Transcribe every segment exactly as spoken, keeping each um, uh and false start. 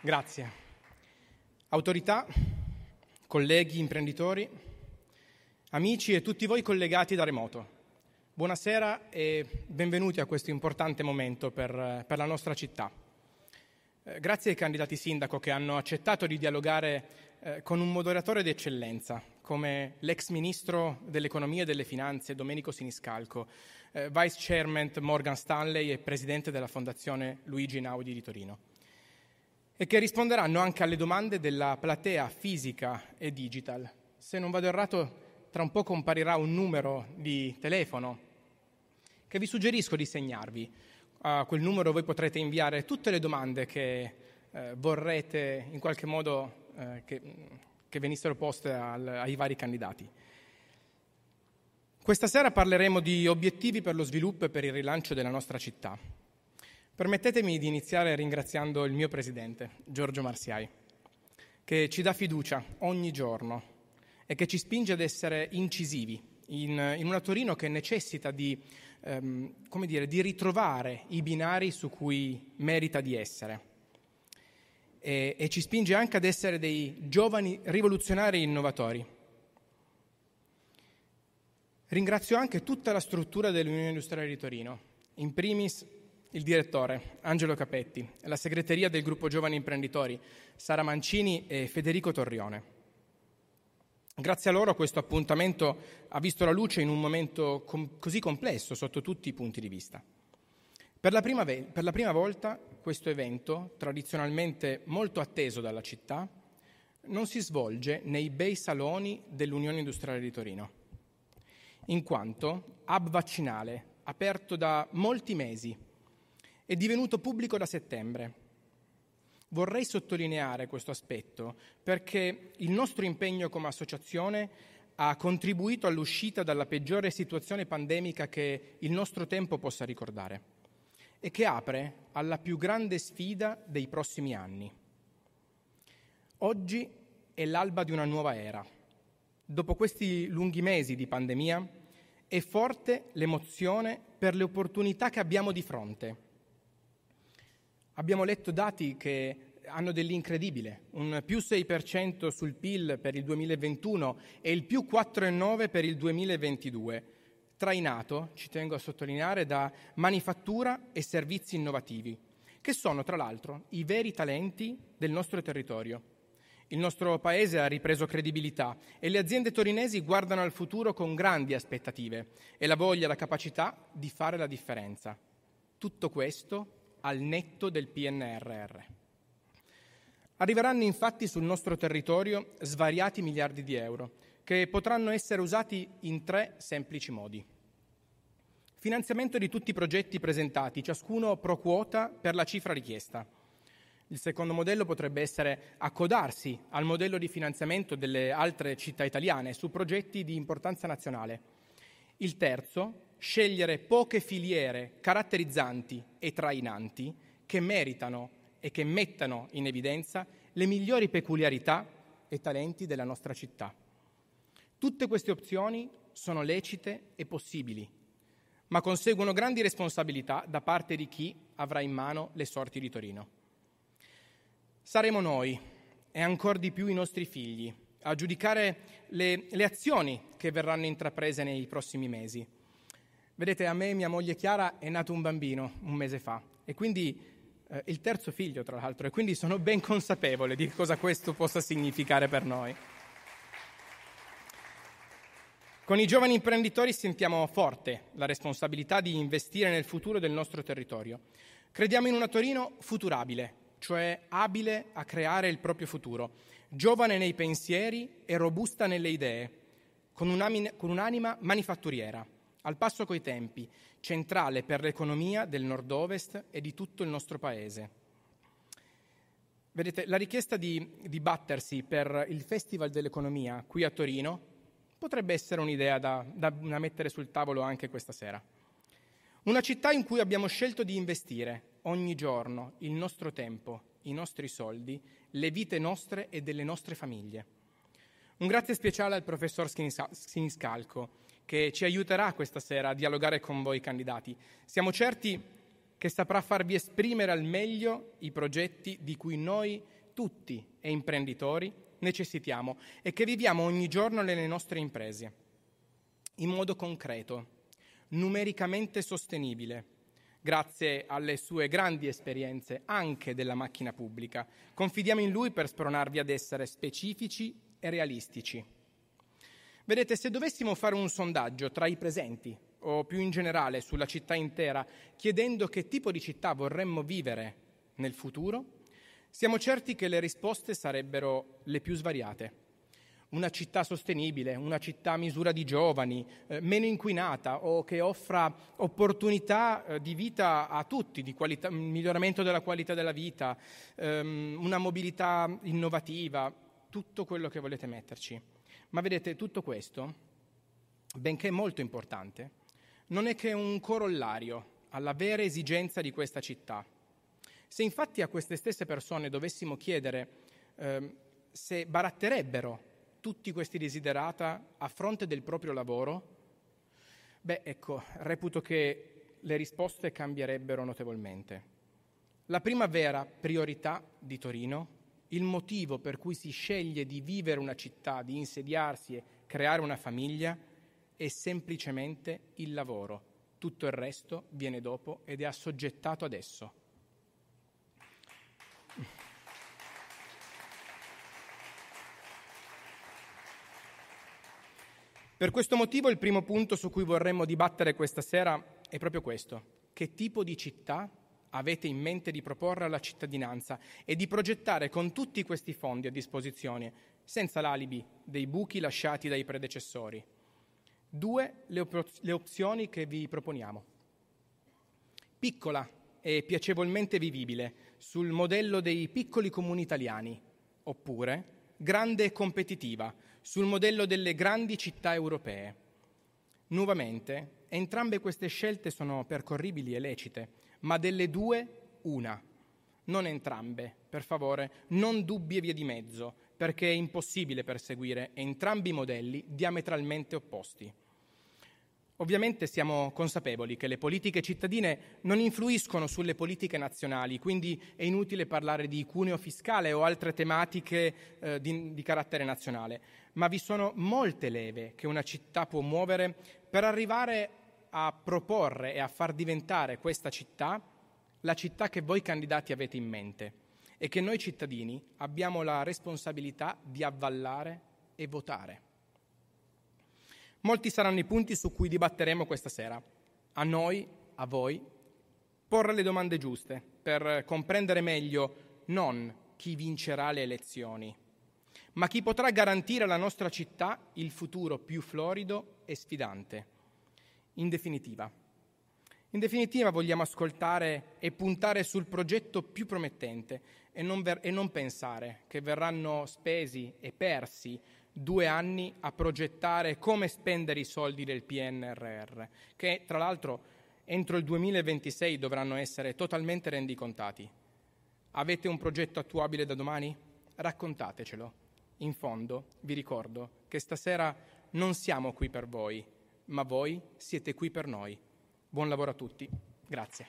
Grazie. Autorità, colleghi, imprenditori, amici e tutti voi collegati da remoto, buonasera e benvenuti a questo importante momento per, per la nostra città. Eh, grazie ai candidati sindaco che hanno accettato di dialogare eh, con un moderatore d'eccellenza, come l'ex ministro dell'economia e delle finanze Domenico Siniscalco, eh, vice chairman Morgan Stanley e presidente della fondazione Luigi Einaudi di Torino, e che risponderanno anche alle domande della platea fisica e digital. Se non vado errato, tra un po' comparirà un numero di telefono che vi suggerisco di segnarvi. A quel numero voi potrete inviare tutte le domande che eh, vorrete in qualche modo eh, che, che venissero poste al, ai vari candidati. Questa sera parleremo di obiettivi per lo sviluppo e per il rilancio della nostra città. Permettetemi di iniziare ringraziando il mio presidente, Giorgio Marsiai, che ci dà fiducia ogni giorno e che ci spinge ad essere incisivi in, in una Torino che necessita di, ehm, come dire, di ritrovare i binari su cui merita di essere. E, e ci spinge anche ad essere dei giovani rivoluzionari e innovatori. Ringrazio anche tutta la struttura dell'Unione Industriale di Torino, in primis il direttore, Angelo Capetti, e la segreteria del gruppo Giovani Imprenditori, Sara Mancini e Federico Torrione. Grazie a loro questo appuntamento ha visto la luce in un momento com- così complesso sotto tutti i punti di vista. Per la, prima ve- per la prima volta questo evento, tradizionalmente molto atteso dalla città, non si svolge nei bei saloni dell'Unione Industriale di Torino, in quanto hub vaccinale, aperto da molti mesi, è divenuto pubblico da settembre. Vorrei sottolineare questo aspetto perché il nostro impegno come associazione ha contribuito all'uscita dalla peggiore situazione pandemica che il nostro tempo possa ricordare e che apre alla più grande sfida dei prossimi anni. Oggi è l'alba di una nuova era. Dopo questi lunghi mesi di pandemia è forte l'emozione per le opportunità che abbiamo di fronte. Abbiamo letto dati che hanno dell'incredibile, un più sei per cento sul P I L per il duemilaventuno e il più quattro virgola nove per il duemilaventidue, trainato, ci tengo a sottolineare, da manifattura e servizi innovativi, che sono tra l'altro i veri talenti del nostro territorio. Il nostro paese ha ripreso credibilità e le aziende torinesi guardano al futuro con grandi aspettative e la voglia e la capacità di fare la differenza. Tutto questo al netto del P N R R. Arriveranno infatti sul nostro territorio svariati miliardi di euro che potranno essere usati in tre semplici modi. Finanziamento di tutti i progetti presentati, ciascuno pro quota per la cifra richiesta. Il secondo modello potrebbe essere accodarsi al modello di finanziamento delle altre città italiane su progetti di importanza nazionale. Il terzo, scegliere poche filiere caratterizzanti e trainanti che meritano e che mettano in evidenza le migliori peculiarità e talenti della nostra città. Tutte queste opzioni sono lecite e possibili, ma conseguono grandi responsabilità da parte di chi avrà in mano le sorti di Torino. Saremo noi, e ancor di più i nostri figli, a giudicare le, le azioni che verranno intraprese nei prossimi mesi. Vedete, a me e mia moglie Chiara è nato un bambino un mese fa, e quindi eh, il terzo figlio, tra l'altro, e quindi sono ben consapevole di cosa questo possa significare per noi. Con i giovani imprenditori sentiamo forte la responsabilità di investire nel futuro del nostro territorio. Crediamo in una Torino futurabile, cioè abile a creare il proprio futuro, giovane nei pensieri e robusta nelle idee, con un'anima manifatturiera, al passo coi tempi, centrale per l'economia del nord-ovest e di tutto il nostro paese. Vedete, la richiesta di, di battersi per il Festival dell'Economia qui a Torino potrebbe essere un'idea da, da, da mettere sul tavolo anche questa sera. Una città in cui abbiamo scelto di investire ogni giorno il nostro tempo, i nostri soldi, le vite nostre e delle nostre famiglie. Un grazie speciale al professor Siniscalco, che ci aiuterà questa sera a dialogare con voi candidati. Siamo certi che saprà farvi esprimere al meglio i progetti di cui noi tutti e imprenditori necessitiamo e che viviamo ogni giorno nelle nostre imprese, in modo concreto, numericamente sostenibile, grazie alle sue grandi esperienze anche della macchina pubblica. Confidiamo in lui per spronarvi ad essere specifici e realistici. Vedete, se dovessimo fare un sondaggio tra i presenti o più in generale sulla città intera, chiedendo che tipo di città vorremmo vivere nel futuro, siamo certi che le risposte sarebbero le più svariate. Una città sostenibile, una città a misura di giovani, eh, meno inquinata o che offra opportunità eh, di vita a tutti, di qualità, miglioramento della qualità della vita, ehm, una mobilità innovativa, tutto quello che volete metterci. Ma vedete, tutto questo, benché molto importante, non è che un corollario alla vera esigenza di questa città. Se infatti a queste stesse persone dovessimo chiedere eh, se baratterebbero tutti questi desiderata a fronte del proprio lavoro, beh, ecco, reputo che le risposte cambierebbero notevolmente. La prima vera priorità di Torino, il motivo per cui si sceglie di vivere una città, di insediarsi e creare una famiglia, è semplicemente il lavoro. Tutto il resto viene dopo ed è assoggettato ad esso. Per questo motivo il primo punto su cui vorremmo dibattere questa sera è proprio questo. Che tipo di città avete in mente di proporre alla cittadinanza e di progettare con tutti questi fondi a disposizione, senza l'alibi dei buchi lasciati dai predecessori? Due le, op- le opzioni che vi proponiamo. Piccola e piacevolmente vivibile, sul modello dei piccoli comuni italiani, oppure grande e competitiva, sul modello delle grandi città europee. Nuovamente, entrambe queste scelte sono percorribili e lecite, ma delle due una. Non entrambe, per favore, non dubbie vie di mezzo, perché è impossibile perseguire entrambi i modelli diametralmente opposti. Ovviamente siamo consapevoli che le politiche cittadine non influiscono sulle politiche nazionali, quindi è inutile parlare di cuneo fiscale o altre tematiche eh, di, di carattere nazionale, ma vi sono molte leve che una città può muovere per arrivare a proporre e a far diventare questa città la città che voi candidati avete in mente e che noi cittadini abbiamo la responsabilità di avvallare e votare. Molti saranno i punti su cui dibatteremo questa sera. A noi, a voi, porre le domande giuste per comprendere meglio non chi vincerà le elezioni, ma chi potrà garantire alla nostra città il futuro più florido e sfidante. In definitiva, in definitiva vogliamo ascoltare e puntare sul progetto più promettente e non, ver- e non pensare che verranno spesi e persi due anni a progettare come spendere i soldi del P N R R, che tra l'altro entro il duemilaventisei dovranno essere totalmente rendicontati. Avete un progetto attuabile da domani? Raccontatecelo. In fondo vi ricordo che stasera non siamo qui per voi, ma voi siete qui per noi. Buon lavoro a tutti. Grazie.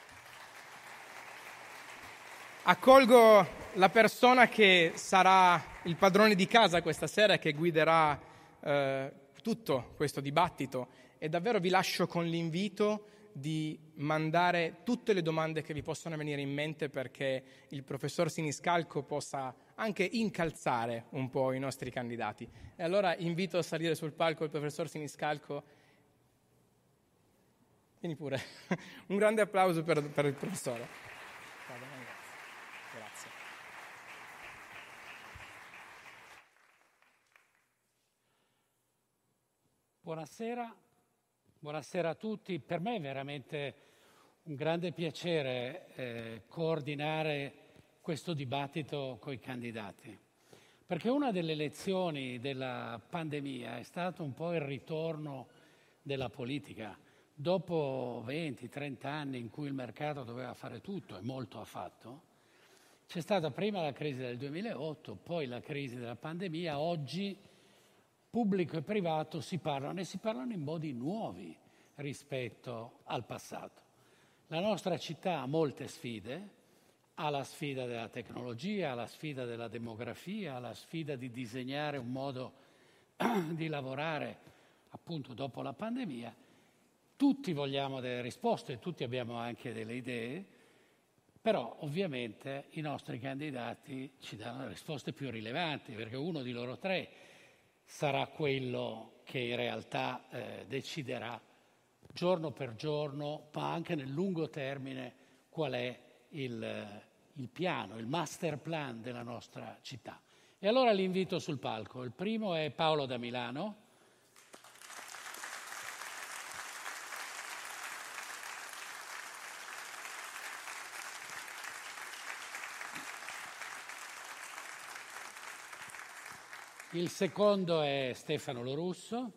Accolgo la persona che sarà il padrone di casa questa sera e che guiderà eh, tutto questo dibattito e davvero vi lascio con l'invito di mandare tutte le domande che vi possono venire in mente perché il professor Siniscalco possa anche incalzare un po' i nostri candidati. E allora invito a salire sul palco il professor Siniscalco. Vieni pure. Un grande applauso per, per il professore. Grazie. Buonasera, buonasera a tutti. Per me è veramente un grande piacere eh, coordinare questo dibattito con i candidati, perché una delle lezioni della pandemia è stato un po' il ritorno della politica. Dopo venti trenta anni in cui il mercato doveva fare tutto e molto ha fatto, c'è stata prima la crisi del duemilaotto, poi la crisi della pandemia. Oggi pubblico e privato si parlano e si parlano in modi nuovi rispetto al passato. La nostra città ha molte sfide, ha la sfida della tecnologia, ha la sfida della demografia, ha la sfida di disegnare un modo di lavorare appunto dopo la pandemia. Tutti vogliamo delle risposte, tutti abbiamo anche delle idee, però ovviamente i nostri candidati ci danno le risposte più rilevanti, perché uno di loro tre sarà quello che in realtà eh, deciderà giorno per giorno, ma anche nel lungo termine, qual è il, il piano, il master plan della nostra città. E allora li invito sul palco. Il primo è Paolo da Milano. Il secondo è Stefano Lorusso.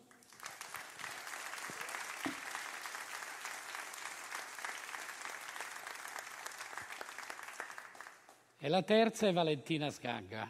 E la terza è Valentina Sganga.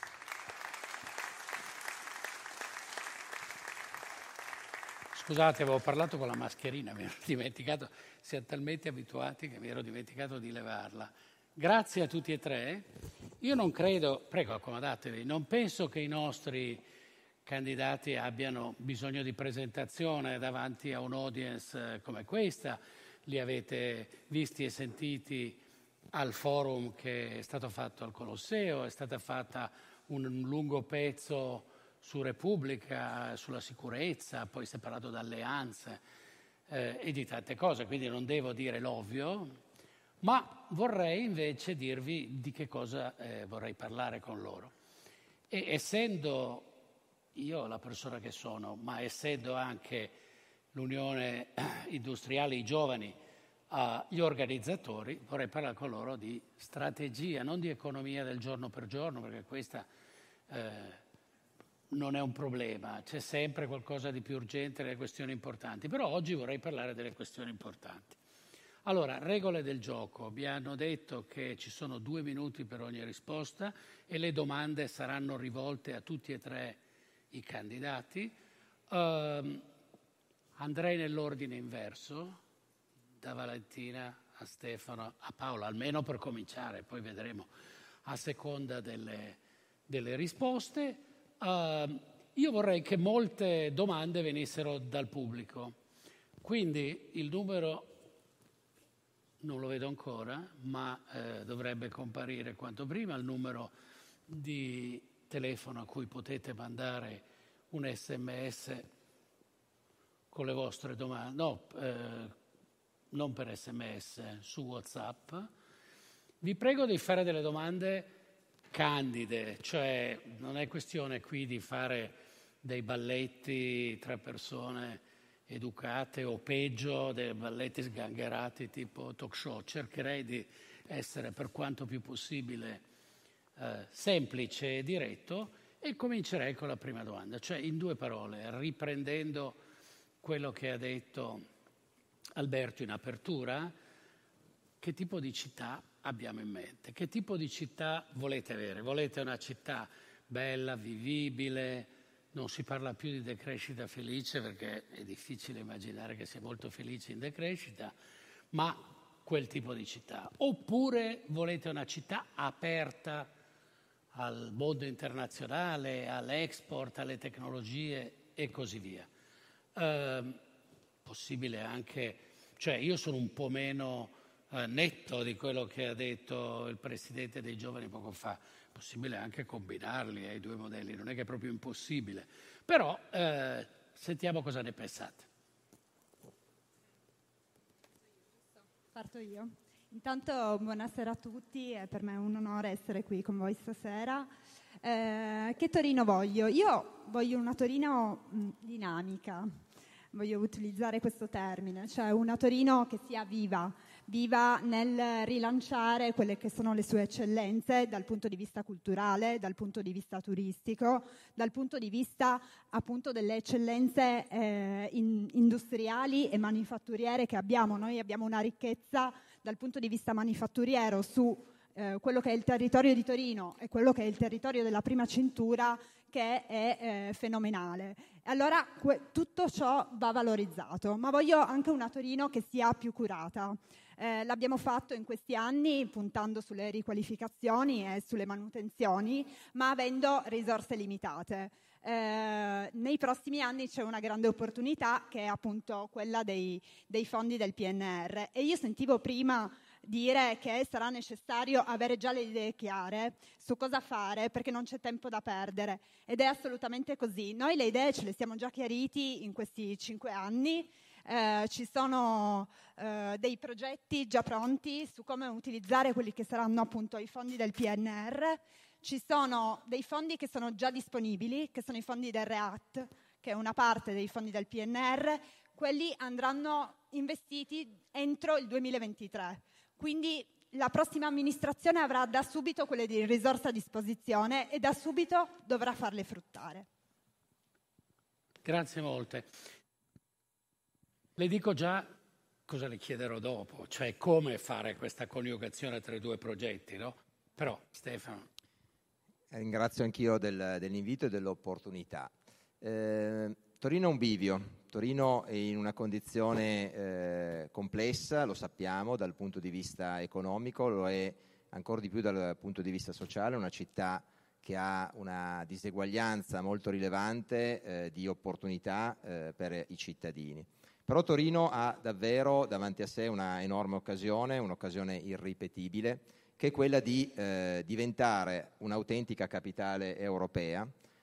Scusate, avevo parlato con la mascherina, mi ero dimenticato, siamo talmente abituati che mi ero dimenticato di levarla. Grazie a tutti e tre. Io non credo, prego accomodatevi, non penso che i nostri candidati abbiano bisogno di presentazione davanti a un'audience come questa. Li avete visti e sentiti al forum che è stato fatto al Colosseo, è stata fatta un lungo pezzo su Repubblica, sulla sicurezza, poi si è parlato d'alleanze eh, e di tante cose, quindi non devo dire l'ovvio, ma vorrei invece dirvi di che cosa eh, vorrei parlare con loro. E essendo io la persona che sono, ma essendo anche l'Unione Industriale I Giovani uh, gli organizzatori, vorrei parlare con loro di strategia, non di economia del giorno per giorno, perché questa eh, non è un problema, c'è sempre qualcosa di più urgente, delle questioni importanti, però oggi vorrei parlare delle questioni importanti. Allora, regole del gioco. Abbiamo detto che ci sono due minuti per ogni risposta e le domande saranno rivolte a tutti e tre i candidati. Uh, andrei nell'ordine inverso, da Valentina a Stefano a Paolo, almeno per cominciare, poi vedremo a seconda delle, delle risposte. Uh, io vorrei che molte domande venissero dal pubblico, quindi il numero non lo vedo ancora, ma eh, dovrebbe comparire quanto prima il numero di telefono a cui potete mandare un sms con le vostre domande, no, eh, non per sms, su WhatsApp. Vi prego di fare delle domande candide, cioè non è questione qui di fare dei balletti tra persone educate o peggio dei balletti sgangherati tipo talk show. Cercherei di essere per quanto più possibile eh, semplice e diretto e comincerei con la prima domanda, cioè in due parole, riprendendo quello che ha detto Alberto in apertura, che tipo di città abbiamo in mente? Che tipo di città volete avere? Volete una città bella, vivibile? Non si parla più di decrescita felice perché è difficile immaginare che sia molto felice in decrescita, ma quel tipo di città. Oppure volete una città aperta al mondo internazionale, all'export, alle tecnologie e così via. Eh, possibile anche, cioè io sono un po' meno eh, netto di quello che ha detto il Presidente dei Giovani poco fa. Possibile anche combinarli ai eh, due modelli, non è che è proprio impossibile, però eh, sentiamo cosa ne pensate. Parto io. Intanto buonasera a tutti, è per me un onore essere qui con voi stasera. Eh, che Torino voglio? Io voglio una Torino mh, dinamica, voglio utilizzare questo termine, cioè una Torino che sia viva, viva nel rilanciare quelle che sono le sue eccellenze dal punto di vista culturale, dal punto di vista turistico, dal punto di vista appunto delle eccellenze eh, in, industriali e manifatturiere che abbiamo. Noi abbiamo una ricchezza dal punto di vista manifatturiero su eh, quello che è il territorio di Torino e quello che è il territorio della prima cintura, che è eh, fenomenale. Allora que- tutto ciò va valorizzato, ma voglio anche una Torino che sia più curata. Eh, l'abbiamo fatto in questi anni puntando sulle riqualificazioni e sulle manutenzioni, ma avendo risorse limitate. Eh, nei prossimi anni c'è una grande opportunità, che è appunto quella dei, dei fondi del P N R, e io sentivo prima dire che sarà necessario avere già le idee chiare su cosa fare, perché non c'è tempo da perdere, ed è assolutamente così. Noi le idee ce le siamo già chiariti in questi cinque anni, eh, ci sono eh, dei progetti già pronti su come utilizzare quelli che saranno appunto i fondi del P N R. Ci sono dei fondi che sono già disponibili, che sono i fondi del REACT, che è una parte dei fondi del P N R. Quelli andranno investiti entro il duemilaventitré, quindi la prossima amministrazione avrà da subito quelle di risorse a disposizione e da subito dovrà farle fruttare. Grazie molte. Le dico già cosa le chiederò dopo, cioè come fare questa coniugazione tra i due progetti, no? Però Stefano. Ringrazio anch'io del, dell'invito e dell'opportunità. Eh, Torino è un bivio, Torino è in una condizione eh, complessa, lo sappiamo, dal punto di vista economico, lo è ancora di più dal punto di vista sociale, una città che ha una diseguaglianza molto rilevante eh, di opportunità eh, per i cittadini. Però Torino ha davvero davanti a sé una enorme occasione, un'occasione irripetibile, che è quella di eh, diventare un'autentica capitale europea,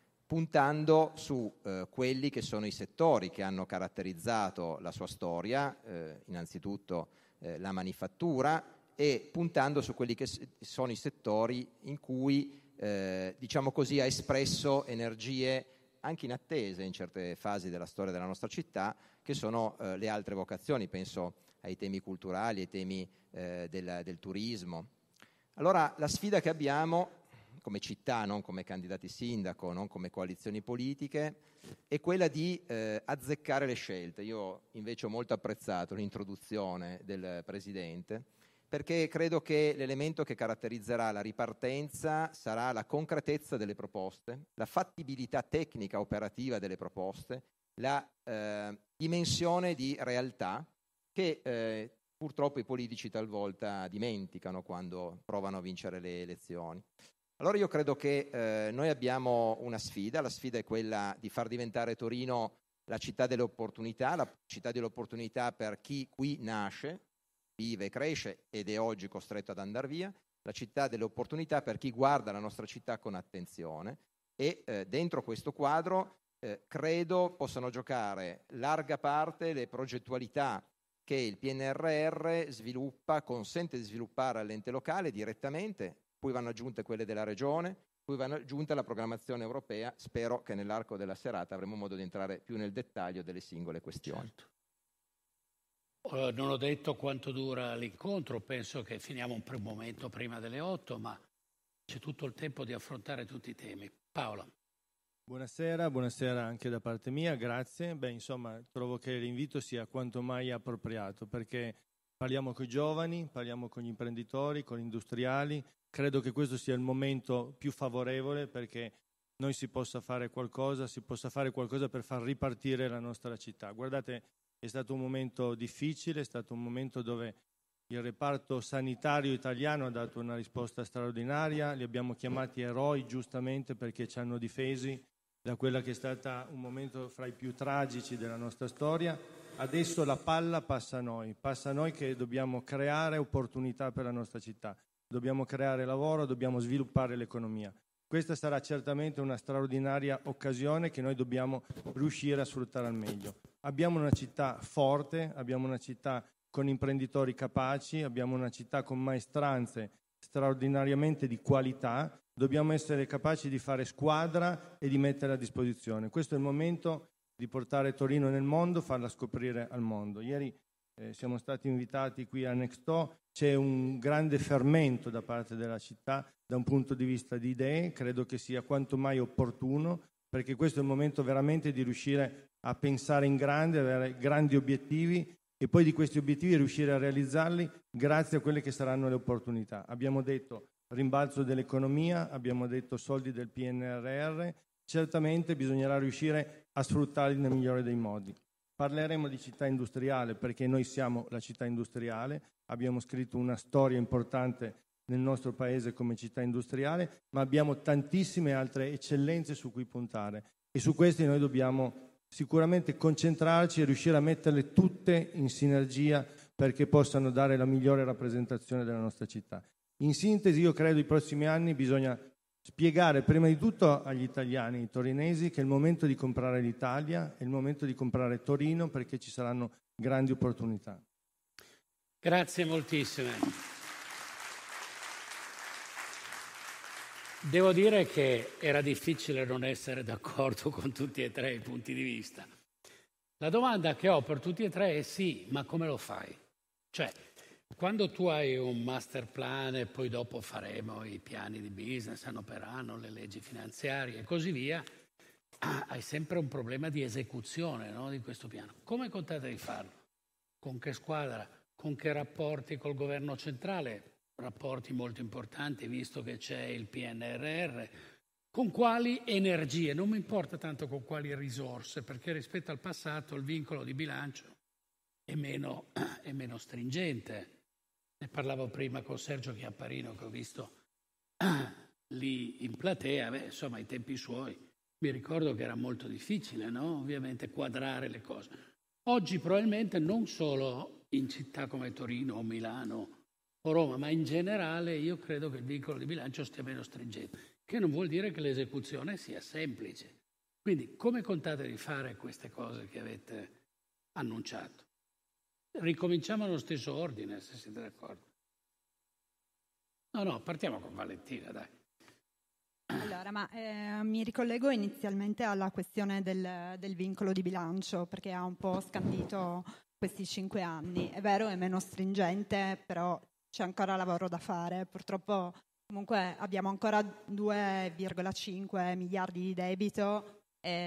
puntando su eh, quelli che sono i settori che hanno caratterizzato la sua storia, eh, innanzitutto eh, la manifattura, e puntando su quelli che sono i settori in cui, eh, diciamo così, ha espresso energie anche inattese in certe fasi della storia della nostra città, che sono eh, le altre vocazioni. Penso ai temi culturali, ai temi eh, del, del turismo. Allora la sfida che abbiamo come città, non come candidati sindaco, non come coalizioni politiche, è quella di eh, azzeccare le scelte. Io invece ho molto apprezzato l'introduzione del Presidente, perché credo che l'elemento che caratterizzerà la ripartenza sarà la concretezza delle proposte, la fattibilità tecnica operativa delle proposte, la eh, dimensione di realtà che eh, purtroppo i politici talvolta dimenticano quando provano a vincere le elezioni. Allora io credo che eh, noi abbiamo una sfida, la sfida è quella di far diventare Torino la città delle opportunità, la città delle opportunità per chi qui nasce, vive, cresce ed è oggi costretto ad andare via, la città delle opportunità per chi guarda la nostra città con attenzione, e eh, dentro questo quadro eh, credo possano giocare larga parte le progettualità che il P N R R sviluppa, consente di sviluppare all'ente locale direttamente, poi vanno aggiunte quelle della regione, poi vanno aggiunte la programmazione europea. Spero che nell'arco della serata avremo modo di entrare più nel dettaglio delle singole questioni. Certo. Uh, non ho detto quanto dura l'incontro, penso che finiamo un, un momento prima delle otto, ma c'è tutto il tempo di affrontare tutti i temi. Paola. Buonasera, buonasera anche da parte mia, grazie. Beh, insomma, trovo che l'invito sia quanto mai appropriato, perché parliamo con i giovani, parliamo con gli imprenditori, con gli industriali. Credo che questo sia il momento più favorevole perché noi si possa fare qualcosa, si possa fare qualcosa per far ripartire la nostra città. Guardate, è stato un momento difficile, è stato un momento dove il reparto sanitario italiano ha dato una risposta straordinaria, li abbiamo chiamati eroi giustamente perché ci hanno difesi da quella che è stata un momento fra i più tragici della nostra storia. Adesso la palla passa a noi, passa a noi che dobbiamo creare opportunità per la nostra città, dobbiamo creare lavoro, dobbiamo sviluppare l'economia. Questa sarà certamente una straordinaria occasione che noi dobbiamo riuscire a sfruttare al meglio. Abbiamo una città forte, abbiamo una città con imprenditori capaci, abbiamo una città con maestranze straordinariamente di qualità, dobbiamo essere capaci di fare squadra e di mettere a disposizione. Questo è il momento di portare Torino nel mondo, farla scoprire al mondo. Ieri eh, siamo stati invitati qui a Nextò, c'è un grande fermento da parte della città da un punto di vista di idee, credo che sia quanto mai opportuno, perché questo è il momento veramente di riuscire a pensare in grande, avere grandi obiettivi e poi di questi obiettivi riuscire a realizzarli grazie a quelle che saranno le opportunità. Abbiamo detto rimbalzo dell'economia, abbiamo detto soldi del P N R R, certamente bisognerà riuscire a sfruttarli nel migliore dei modi. Parleremo di città industriale perché noi siamo la città industriale, abbiamo scritto una storia importante nel nostro paese come città industriale, ma abbiamo tantissime altre eccellenze su cui puntare e su queste noi dobbiamo sicuramente concentrarci e riuscire a metterle tutte in sinergia perché possano dare la migliore rappresentazione della nostra città. In sintesi, io credo i prossimi anni bisogna spiegare prima di tutto agli italiani, ai torinesi, che è il momento di comprare l'Italia, è il momento di comprare Torino perché ci saranno grandi opportunità. Grazie moltissime. Devo dire che era difficile non essere d'accordo con tutti e tre i punti di vista. La domanda che ho per tutti e tre è sì, ma come lo fai? Cioè, quando tu hai un master plan e poi dopo faremo i piani di business anno per anno, le leggi finanziarie e così via, hai sempre un problema di esecuzione, no, di questo piano. Come contate di farlo? Con che squadra? Con che rapporti col governo centrale? Rapporti molto importanti visto che c'è il P N R R. Con quali energie? Non mi importa tanto con quali risorse, perché rispetto al passato il vincolo di bilancio è meno, è meno stringente. Ne parlavo prima con Sergio Chiapparino, che ho visto lì in platea. Beh, insomma, ai tempi suoi mi ricordo che era molto difficile, no? Ovviamente quadrare le cose. Oggi probabilmente non solo in città come Torino o Milano o Roma, ma in generale io credo che il vincolo di bilancio stia meno stringente, che non vuol dire che l'esecuzione sia semplice. Quindi come contate di fare queste cose che avete annunciato? Ricominciamo allo stesso ordine, se siete d'accordo. No, no, partiamo con Valentina, dai. Allora, ma eh, mi ricollego inizialmente alla questione del, del vincolo di bilancio, perché ha un po' scandito questi cinque anni. È vero, è meno stringente, però c'è ancora lavoro da fare. Purtroppo comunque abbiamo ancora due virgola cinque miliardi di debito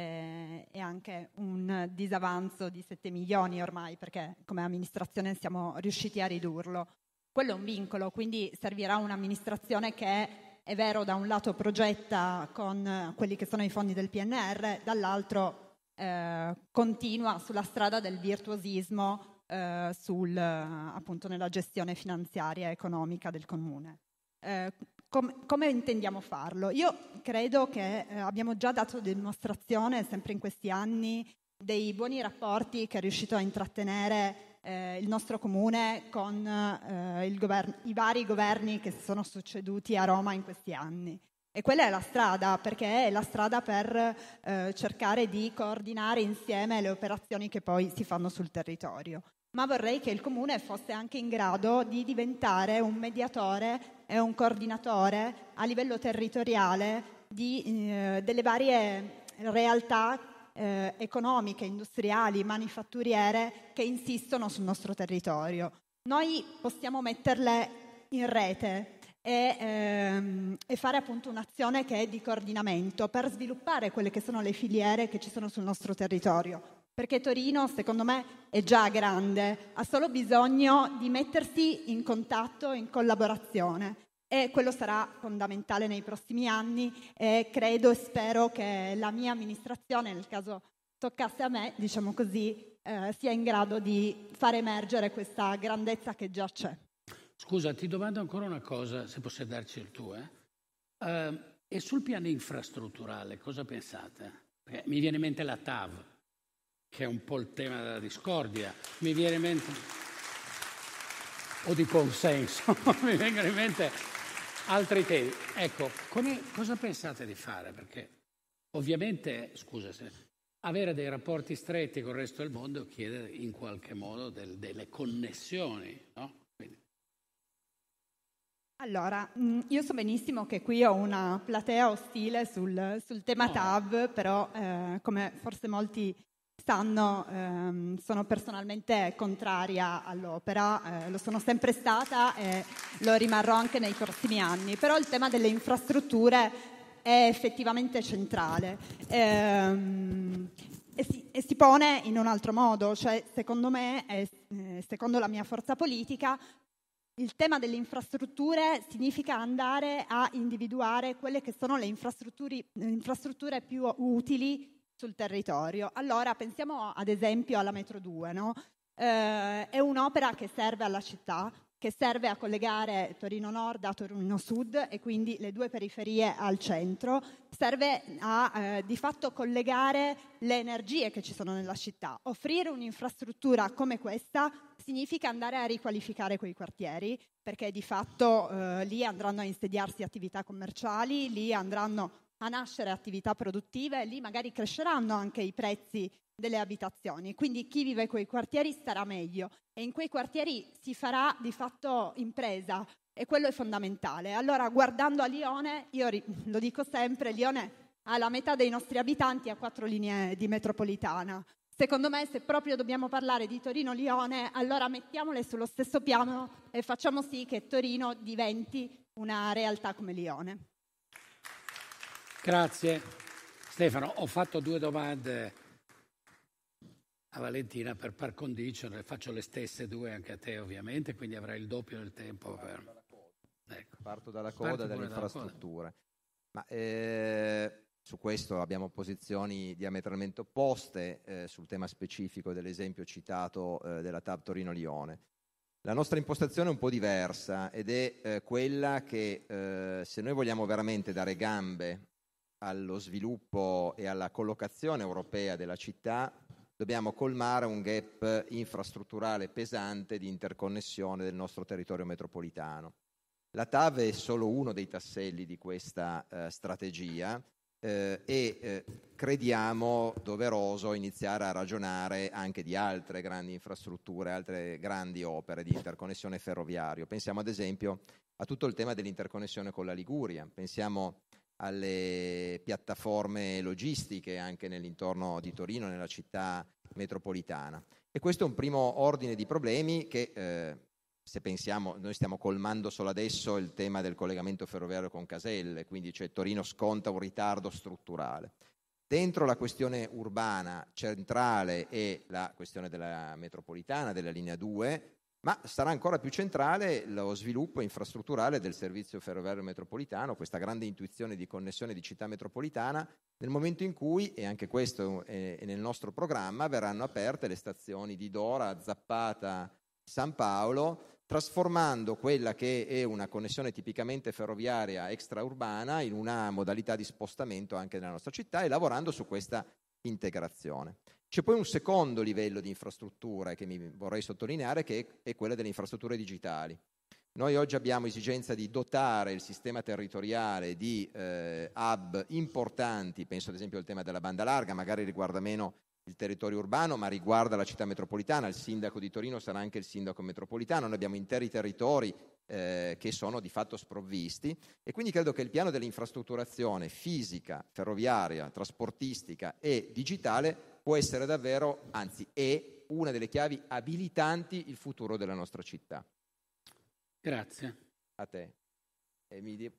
e, e anche un disavanzo di sette milioni ormai, perché come amministrazione siamo riusciti a ridurlo. Quello è un vincolo, quindi servirà un'amministrazione che, è vero, da un lato progetta con quelli che sono i fondi del P N R R, dall'altro eh, continua sulla strada del virtuosismo eh, sul, appunto nella gestione finanziaria e economica del comune. Eh, com- come intendiamo farlo? Io credo che eh, abbiamo già dato dimostrazione sempre in questi anni dei buoni rapporti che è riuscito a intrattenere eh, il nostro comune con eh, il governo, i vari governi che si sono succeduti a Roma in questi anni. E quella è la strada, perché è la strada per eh, cercare di coordinare insieme le operazioni che poi si fanno sul territorio. Ma vorrei che il comune fosse anche in grado di diventare un mediatore e un coordinatore a livello territoriale di, eh, delle varie realtà eh, economiche, industriali, manifatturiere che insistono sul nostro territorio. Noi possiamo metterle in rete e, ehm, e fare appunto un'azione che è di coordinamento per sviluppare quelle che sono le filiere che ci sono sul nostro territorio. Perché Torino, secondo me, è già grande, ha solo bisogno di mettersi in contatto, in collaborazione. E quello sarà fondamentale nei prossimi anni e credo e spero che la mia amministrazione, nel caso toccasse a me, diciamo così, eh, sia in grado di far emergere questa grandezza che già c'è. Scusa, ti domando ancora una cosa, se posso darci il tuo. Eh? Uh, e sul piano infrastrutturale cosa pensate? Perché mi viene in mente la T A V, che è un po' il tema della discordia, mi viene in mente, o di consenso, mi vengono in mente altri temi. Ecco, come, cosa pensate di fare? Perché ovviamente, scusa, se avere dei rapporti stretti con il resto del mondo chiede in qualche modo del, delle connessioni, no? Quindi. Allora, io so benissimo che qui ho una platea ostile sul, sul tema no. T A V, però eh, come forse molti sanno, ehm, sono personalmente contraria all'opera, eh, lo sono sempre stata e lo rimarrò anche nei prossimi anni, però il tema delle infrastrutture è effettivamente centrale. Ehm, e, si, e si pone in un altro modo, cioè secondo me, e eh, secondo la mia forza politica, il tema delle infrastrutture significa andare a individuare quelle che sono le infrastrutture, le infrastrutture più utili sul territorio. Allora pensiamo ad esempio alla Metro due, no? Eh, è un'opera che serve alla città, che serve a collegare Torino Nord a Torino Sud e quindi le due periferie al centro, serve a eh, di fatto collegare le energie che ci sono nella città. Offrire un'infrastruttura come questa significa andare a riqualificare quei quartieri, perché di fatto eh, lì andranno a insediarsi attività commerciali, lì andranno a nascere attività produttive, lì magari cresceranno anche i prezzi delle abitazioni, quindi chi vive in quei quartieri starà meglio e in quei quartieri si farà di fatto impresa e quello è fondamentale. Allora, guardando a Lione, io ri- lo dico sempre, Lione ha la metà dei nostri abitanti a quattro linee di metropolitana. Secondo me, se proprio dobbiamo parlare di Torino-Lione, allora mettiamole sullo stesso piano e facciamo sì che Torino diventi una realtà come Lione. Grazie. Stefano, ho fatto due domande a Valentina per par condicio, ne faccio le stesse due anche a te ovviamente, quindi avrai il doppio del tempo. Per... Ecco. Parto dalla coda delle infrastrutture. Ma, eh, su questo abbiamo posizioni diametralmente opposte eh, sul tema specifico dell'esempio citato eh, della T A V Torino-Lione. La nostra impostazione è un po' diversa ed è eh, quella che eh, se noi vogliamo veramente dare gambe allo sviluppo e alla collocazione europea della città, dobbiamo colmare un gap infrastrutturale pesante di interconnessione del nostro territorio metropolitano. La T A V è solo uno dei tasselli di questa eh, strategia eh, e eh, crediamo doveroso iniziare a ragionare anche di altre grandi infrastrutture, altre grandi opere di interconnessione ferroviaria. Pensiamo ad esempio a tutto il tema dell'interconnessione con la Liguria, pensiamo alle piattaforme logistiche anche nell'intorno di Torino, nella città metropolitana. E questo è un primo ordine di problemi che, eh, se pensiamo, noi stiamo colmando solo adesso il tema del collegamento ferroviario con Caselle, quindi cioè Torino sconta un ritardo strutturale. Dentro la questione urbana centrale è la questione della metropolitana, della linea due, ma sarà ancora più centrale lo sviluppo infrastrutturale del servizio ferroviario metropolitano, questa grande intuizione di connessione di città metropolitana, nel momento in cui, e anche questo è nel nostro programma, verranno aperte le stazioni di Dora, Zappata, San Paolo, trasformando quella che è una connessione tipicamente ferroviaria extraurbana in una modalità di spostamento anche nella nostra città e lavorando su questa integrazione. C'è poi un secondo livello di infrastruttura che mi vorrei sottolineare, che è quella delle infrastrutture digitali. Noi oggi abbiamo esigenza di dotare il sistema territoriale di eh, hub importanti, penso ad esempio al tema della banda larga, magari riguarda meno il territorio urbano, ma riguarda la città metropolitana. Il sindaco di Torino sarà anche il sindaco metropolitano, noi abbiamo interi territori eh, che sono di fatto sprovvisti e quindi credo che il piano dell'infrastrutturazione fisica, ferroviaria, trasportistica e digitale può essere davvero, anzi è una delle chiavi abilitanti il futuro della nostra città. Grazie. A te. Emilia.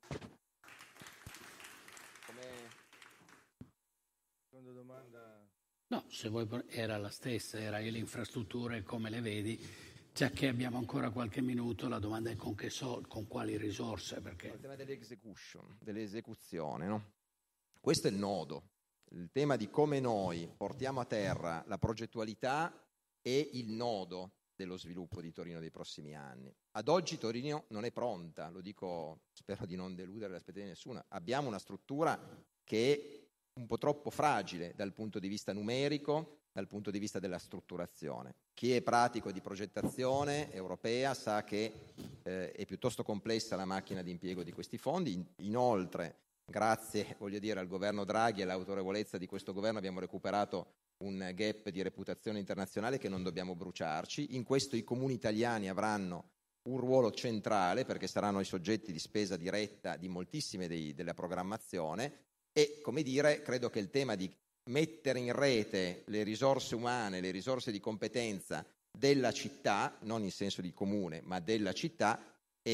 Come... Seconda domanda. No, se vuoi era la stessa, era le infrastrutture come le vedi, già che abbiamo ancora qualche minuto, la domanda è con che sol, con quali risorse, perché... Il tema dell'execution, dell'esecuzione, no? Questo è il nodo. Il tema di come noi portiamo a terra la progettualità è il nodo dello sviluppo di Torino dei prossimi anni. Ad oggi Torino non è pronta, lo dico, spero di non deludere le aspettative di nessuno. Abbiamo una struttura che è un po' troppo fragile dal punto di vista numerico, dal punto di vista della strutturazione. Chi è pratico di progettazione europea sa che eh, è piuttosto complessa la macchina di impiego di questi fondi. Inoltre, grazie, voglio dire, al governo Draghi e all'autorevolezza di questo governo abbiamo recuperato un gap di reputazione internazionale che non dobbiamo bruciarci. In questo i comuni italiani avranno un ruolo centrale perché saranno i soggetti di spesa diretta di moltissime dei, della programmazione e, come dire, credo che il tema di mettere in rete le risorse umane, le risorse di competenza della città, non in senso di comune, ma della città, è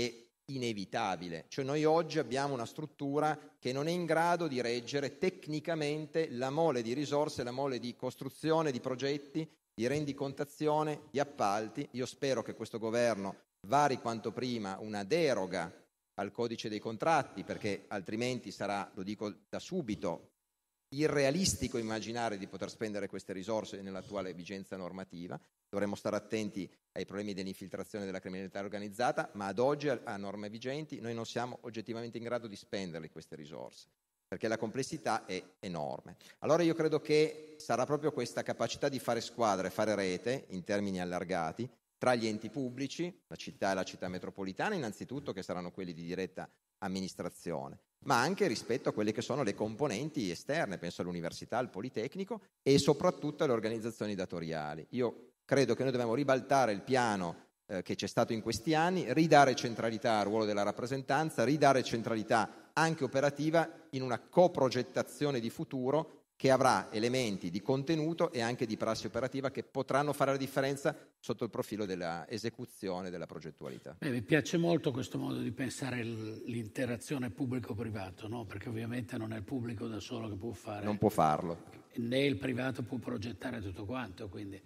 inevitabile. Cioè noi oggi abbiamo una struttura che non è in grado di reggere tecnicamente la mole di risorse, la mole di costruzione, di progetti, di rendicontazione, di appalti. Io spero che questo governo vari quanto prima una deroga al codice dei contratti, perché altrimenti sarà, lo dico da subito, irrealistico immaginare di poter spendere queste risorse nell'attuale vigenza normativa. Dovremmo stare attenti ai problemi dell'infiltrazione della criminalità organizzata, ma ad oggi, a norme vigenti, noi non siamo oggettivamente in grado di spenderle queste risorse, perché la complessità è enorme. Allora io credo che sarà proprio questa capacità di fare squadra e fare rete in termini allargati tra gli enti pubblici, la città e la città metropolitana innanzitutto, che saranno quelli di diretta amministrazione, ma anche rispetto a quelle che sono le componenti esterne, penso all'università, al Politecnico e soprattutto alle organizzazioni datoriali. Io credo che noi dobbiamo ribaltare il piano eh, che c'è stato in questi anni, ridare centralità al ruolo della rappresentanza, ridare centralità anche operativa in una coprogettazione di futuro che avrà elementi di contenuto e anche di prassi operativa che potranno fare la differenza sotto il profilo della esecuzione, della progettualità. Beh, mi piace molto questo modo di pensare l'interazione pubblico-privato, no? Perché ovviamente non è il pubblico da solo che può fare. Non può farlo. Né il privato può progettare tutto quanto, quindi.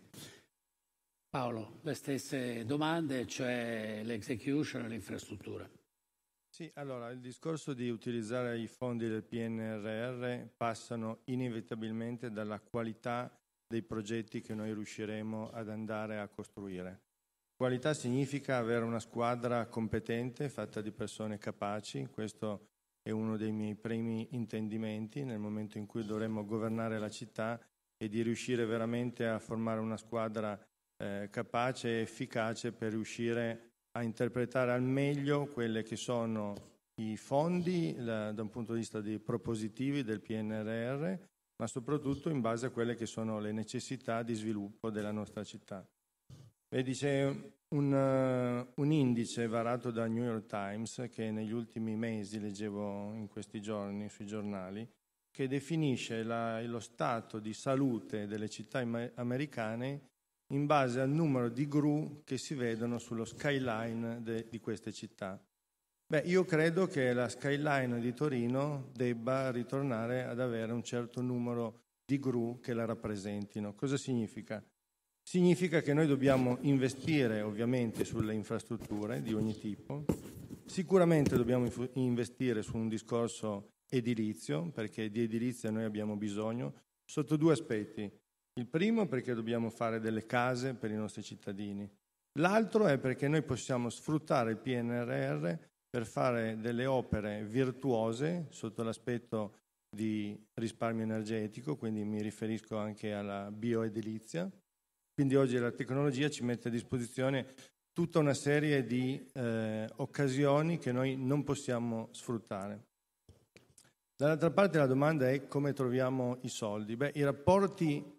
Paolo, le stesse domande, cioè l'execution e l'infrastruttura. Sì, allora il discorso di utilizzare i fondi del P N R R passano inevitabilmente dalla qualità dei progetti che noi riusciremo ad andare a costruire. Qualità significa avere una squadra competente, fatta di persone capaci. Questo è uno dei miei primi intendimenti nel momento in cui dovremo governare la città, e di riuscire veramente a formare una squadra eh, capace e efficace per riuscire a interpretare al meglio quelle che sono i fondi la, da un punto di vista dei propositivi del P N R R, ma soprattutto in base a quelle che sono le necessità di sviluppo della nostra città. Vedi, c'è un, uh, un indice varato da New York Times che negli ultimi mesi leggevo in questi giorni sui giornali, che definisce la, lo stato di salute delle città americane in base al numero di gru che si vedono sullo skyline de, di queste città. Beh, io credo che la skyline di Torino debba ritornare ad avere un certo numero di gru che la rappresentino. Cosa significa? Significa che noi dobbiamo investire ovviamente sulle infrastrutture di ogni tipo, sicuramente dobbiamo investire su un discorso edilizio, perché di edilizia noi abbiamo bisogno, sotto due aspetti. Il primo perché dobbiamo fare delle case per i nostri cittadini, l'altro è perché noi possiamo sfruttare il P N R R per fare delle opere virtuose sotto l'aspetto di risparmio energetico, quindi mi riferisco anche alla bioedilizia. Quindi oggi la tecnologia ci mette a disposizione tutta una serie di eh, occasioni che noi non possiamo sfruttare. Dall'altra parte la domanda è come troviamo i soldi. Beh, i rapporti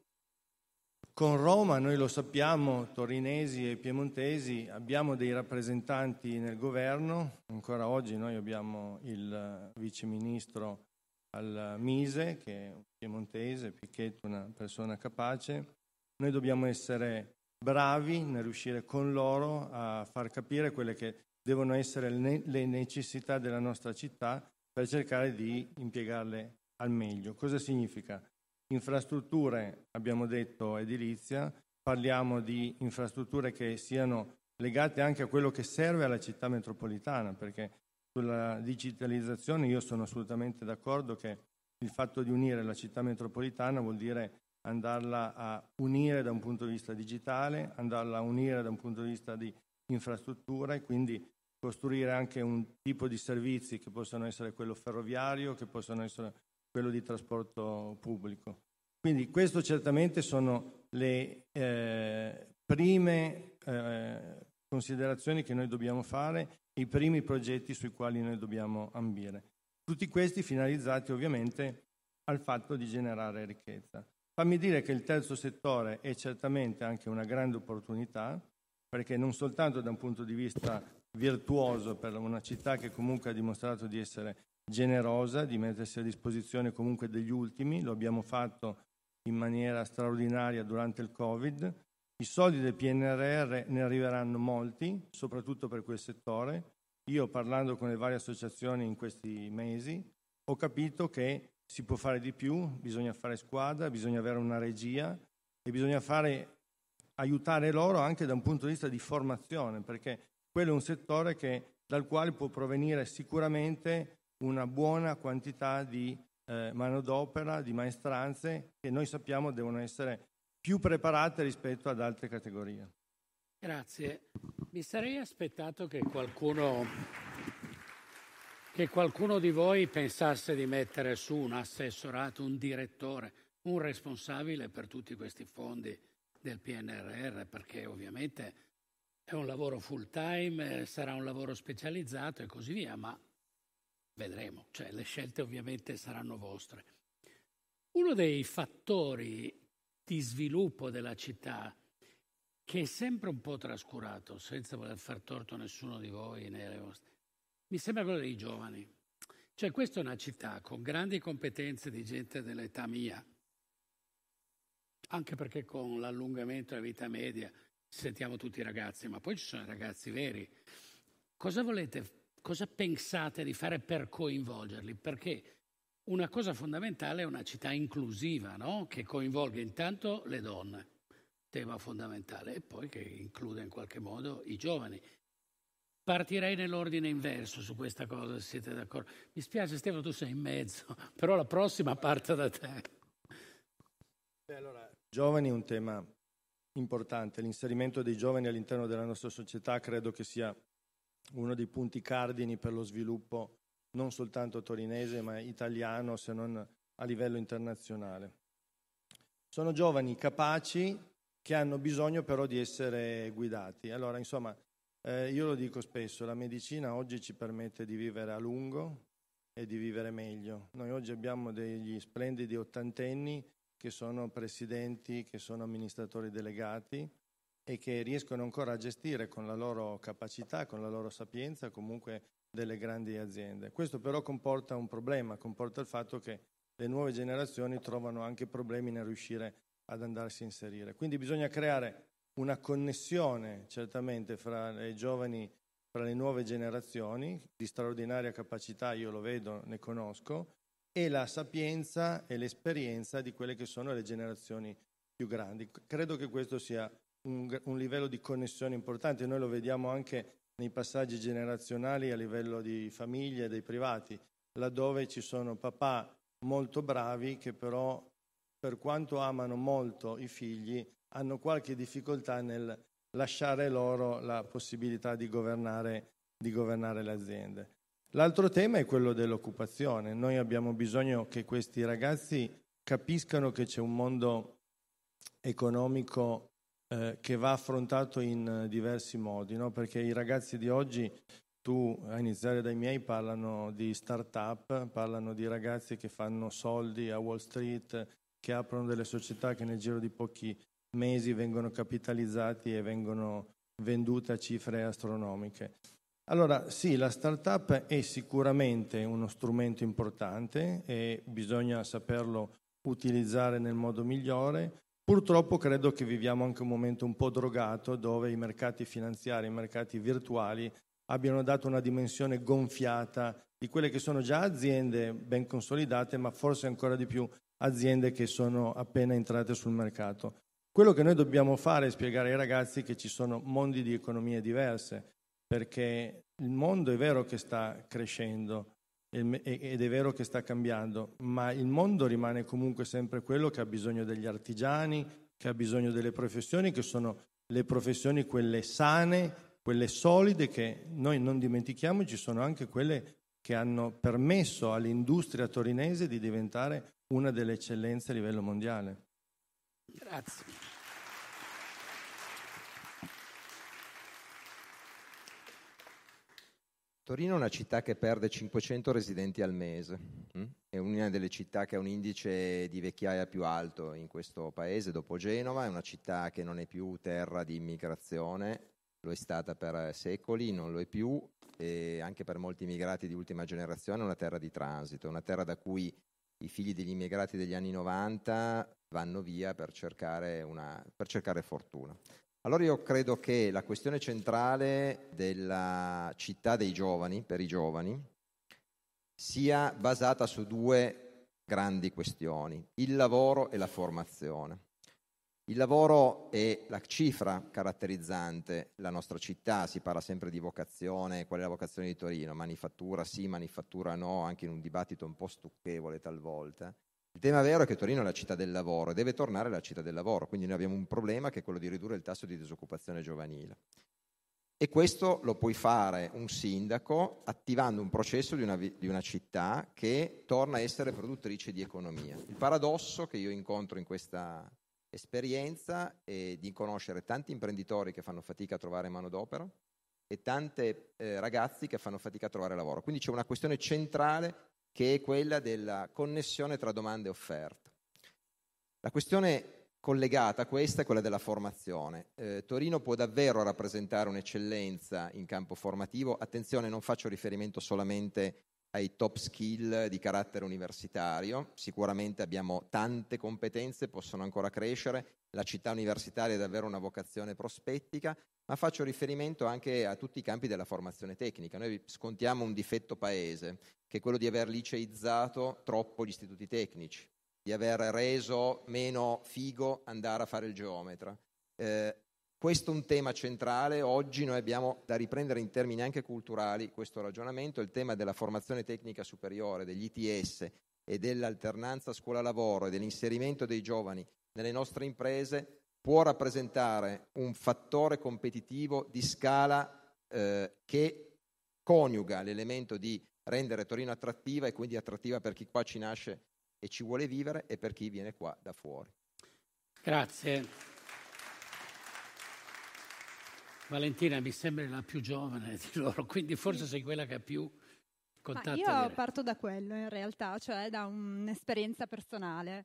con Roma, noi lo sappiamo, torinesi e piemontesi, abbiamo dei rappresentanti nel governo. Ancora oggi noi abbiamo il viceministro al Mise, che è un piemontese, Picchetto, una persona capace. Noi dobbiamo essere bravi nel riuscire con loro a far capire quelle che devono essere le necessità della nostra città per cercare di impiegarle al meglio. Cosa significa? Infrastrutture, abbiamo detto edilizia, parliamo di infrastrutture che siano legate anche a quello che serve alla città metropolitana, perché sulla digitalizzazione io sono assolutamente d'accordo che il fatto di unire la città metropolitana vuol dire andarla a unire da un punto di vista digitale, andarla a unire da un punto di vista di infrastruttura e quindi costruire anche un tipo di servizi che possano essere quello ferroviario, che possano essere quello di trasporto pubblico. Quindi questo certamente sono le eh, prime eh, considerazioni che noi dobbiamo fare, i primi progetti sui quali noi dobbiamo ambire. Tutti questi finalizzati ovviamente al fatto di generare ricchezza. Fammi dire che il terzo settore è certamente anche una grande opportunità, perché non soltanto da un punto di vista virtuoso per una città che comunque ha dimostrato di essere generosa, di mettersi a disposizione comunque degli ultimi, lo abbiamo fatto in maniera straordinaria durante il Covid. I soldi del P N R R ne arriveranno molti, soprattutto per quel settore. io parlando con le varie associazioni in questi mesi ho capito che si può fare di più, bisogna fare squadra, bisogna avere una regia e bisogna fare, aiutare loro anche da un punto di vista di formazione, perché quello è un settore che, dal quale può provenire sicuramente una buona quantità di eh, manodopera, di maestranze che noi sappiamo devono essere più preparate rispetto ad altre categorie. Grazie. Mi sarei aspettato che qualcuno, che qualcuno di voi pensasse di mettere su un assessorato, un direttore, un responsabile per tutti questi fondi del P N R R, perché ovviamente è un lavoro full time, sarà un lavoro specializzato e così via, ma vedremo, cioè le scelte ovviamente saranno vostre. Uno dei fattori di sviluppo della città che è sempre un po' trascurato, senza voler far torto a nessuno di voi, mi sembra quello dei giovani. Cioè questa è una città con grandi competenze di gente dell'età mia, anche perché con l'allungamento della vita media sentiamo tutti i ragazzi, ma poi ci sono i ragazzi veri. Cosa volete, cosa pensate di fare per coinvolgerli? Perché una cosa fondamentale è una città inclusiva, no? Che coinvolga intanto le donne, tema fondamentale, e poi che includa in qualche modo i giovani. Partirei nell'ordine inverso su questa cosa, se siete d'accordo. Mi spiace Stefano, tu sei in mezzo, però la prossima parte da te. Beh, allora, giovani è un tema importante. L'inserimento dei giovani all'interno della nostra società credo che sia uno dei punti cardini per lo sviluppo non soltanto torinese ma italiano, se non a livello internazionale. Sono giovani capaci che hanno bisogno però di essere guidati. Allora, insomma, eh, io lo dico spesso, la medicina oggi ci permette di vivere a lungo e di vivere meglio. Noi oggi abbiamo degli splendidi ottantenni che sono presidenti, che sono amministratori delegati e che riescono ancora a gestire con la loro capacità, con la loro sapienza comunque delle grandi aziende. Questo però comporta un problema, comporta il fatto che le nuove generazioni trovano anche problemi nel riuscire ad andarsi a inserire. Quindi bisogna creare una connessione certamente fra le giovani, fra le nuove generazioni, di straordinaria capacità, io lo vedo, ne conosco, e la sapienza e l'esperienza di quelle che sono le generazioni più grandi. Credo che questo sia un, un livello di connessione importante, noi lo vediamo anche nei passaggi generazionali a livello di famiglie e dei privati, laddove ci sono papà molto bravi che però, per quanto amano molto i figli, hanno qualche difficoltà nel lasciare loro la possibilità di governare, di governare le aziende. L'altro tema è quello dell'occupazione. Noi abbiamo bisogno che questi ragazzi capiscano che c'è un mondo economico eh, che va affrontato in diversi modi, no? Perché i ragazzi di oggi, tu a iniziare dai miei, parlano di start-up, parlano di ragazzi che fanno soldi a Wall Street, che aprono delle società che nel giro di pochi mesi vengono capitalizzati e vengono vendute a cifre astronomiche. Allora sì, la start-up è sicuramente uno strumento importante e bisogna saperlo utilizzare nel modo migliore. Purtroppo credo che viviamo anche un momento un po' drogato dove i mercati finanziari, i mercati virtuali abbiano dato una dimensione gonfiata di quelle che sono già aziende ben consolidate, ma forse ancora di più aziende che sono appena entrate sul mercato. Quello che noi dobbiamo fare è spiegare ai ragazzi che ci sono mondi di economie diverse, perché il mondo è vero che sta crescendo ed è vero che sta cambiando, ma il mondo rimane comunque sempre quello che ha bisogno degli artigiani, che ha bisogno delle professioni, che sono le professioni quelle sane, quelle solide, che noi non dimentichiamo, ci sono anche quelle che hanno permesso all'industria torinese di diventare una delle eccellenze a livello mondiale. Grazie. Torino è una città che perde cinquecento residenti al mese, è una delle città che ha un indice di vecchiaia più alto in questo paese dopo Genova, è una città che non è più terra di immigrazione, lo è stata per secoli, non lo è più, e anche per molti immigrati di ultima generazione è una terra di transito, è una terra da cui i figli degli immigrati degli anni novanta vanno via per cercare, una, per cercare fortuna. Allora io credo che la questione centrale della città dei giovani, per i giovani, sia basata su due grandi questioni: il lavoro e la formazione. Il lavoro è la cifra caratterizzante la nostra città, si parla sempre di vocazione, qual è la vocazione di Torino? Manifattura sì, manifattura no, anche in un dibattito un po' stucchevole talvolta. Il tema vero è che Torino è la città del lavoro e deve tornare alla città del lavoro, quindi noi abbiamo un problema che è quello di ridurre il tasso di disoccupazione giovanile. E questo lo puoi fare un sindaco attivando un processo di una, di una città che torna a essere produttrice di economia. Il paradosso che io incontro in questa esperienza è di conoscere tanti imprenditori che fanno fatica a trovare manodopera e tante eh, ragazzi che fanno fatica a trovare lavoro. Quindi c'è una questione centrale che è quella della connessione tra domanda e offerta. La questione collegata a questa è quella della formazione. Eh, Torino può davvero rappresentare un'eccellenza in campo formativo. Attenzione, non faccio riferimento solamente ai top skill di carattere universitario, sicuramente abbiamo tante competenze, possono ancora crescere, la città universitaria è davvero una vocazione prospettica, ma faccio riferimento anche a tutti i campi della formazione tecnica. Noi scontiamo un difetto paese, che è quello di aver liceizzato troppo gli istituti tecnici, di aver reso meno figo andare a fare il geometra. Eh, Questo è un tema centrale. Oggi noi abbiamo da riprendere in termini anche culturali questo ragionamento. Il tema della formazione tecnica superiore, degli I T S e dell'alternanza scuola-lavoro e dell'inserimento dei giovani nelle nostre imprese può rappresentare un fattore competitivo di scala eh, che coniuga l'elemento di rendere Torino attrattiva e quindi attrattiva per chi qua ci nasce e ci vuole vivere e per chi viene qua da fuori. Grazie. Valentina, mi sembri la più giovane di loro, quindi forse sei quella che ha più contatto. Ma io diretto. parto da quello in realtà, cioè da un'esperienza personale.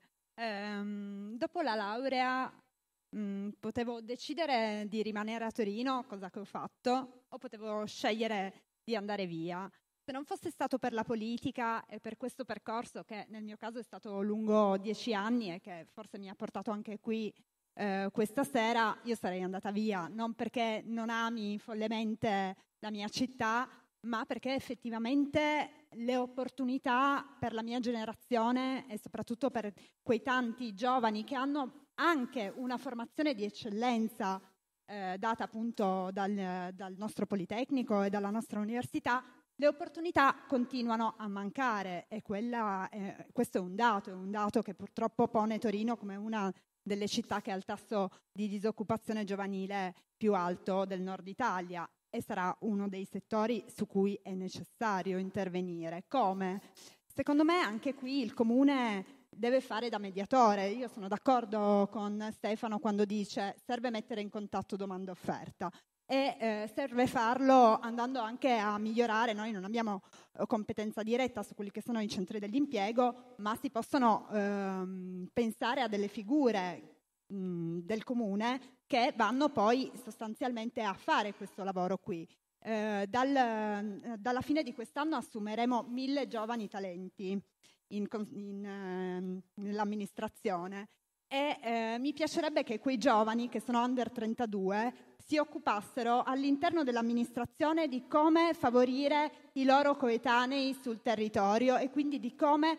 Ehm, dopo la laurea mh, potevo decidere di rimanere a Torino, cosa che ho fatto, o potevo scegliere di andare via. Se non fosse stato per la politica e per questo percorso, che nel mio caso è stato lungo dieci anni e che forse mi ha portato anche qui eh, questa sera, io sarei andata via, non perché non ami follemente la mia città, ma perché effettivamente le opportunità per la mia generazione e soprattutto per quei tanti giovani che hanno anche una formazione di eccellenza eh, data appunto dal, dal nostro Politecnico e dalla nostra università, le opportunità continuano a mancare e quella, eh, questo è un dato, è un dato che purtroppo pone Torino come una delle città che ha il tasso di disoccupazione giovanile più alto del nord Italia e sarà uno dei settori su cui è necessario intervenire. Come? Secondo me anche qui il Comune deve fare da mediatore. Io sono d'accordo con Stefano quando dice serve mettere in contatto domanda e offerta. E eh, serve farlo andando anche a migliorare. Noi non abbiamo eh, competenza diretta su quelli che sono i centri dell'impiego, ma si possono ehm, pensare a delle figure mh, del comune che vanno poi sostanzialmente a fare questo lavoro qui. Eh, dal, dalla fine di quest'anno assumeremo mille giovani talenti in, in, eh, nell'amministrazione e eh, mi piacerebbe che quei giovani che sono under trentadue si occupassero all'interno dell'amministrazione di come favorire i loro coetanei sul territorio e quindi di come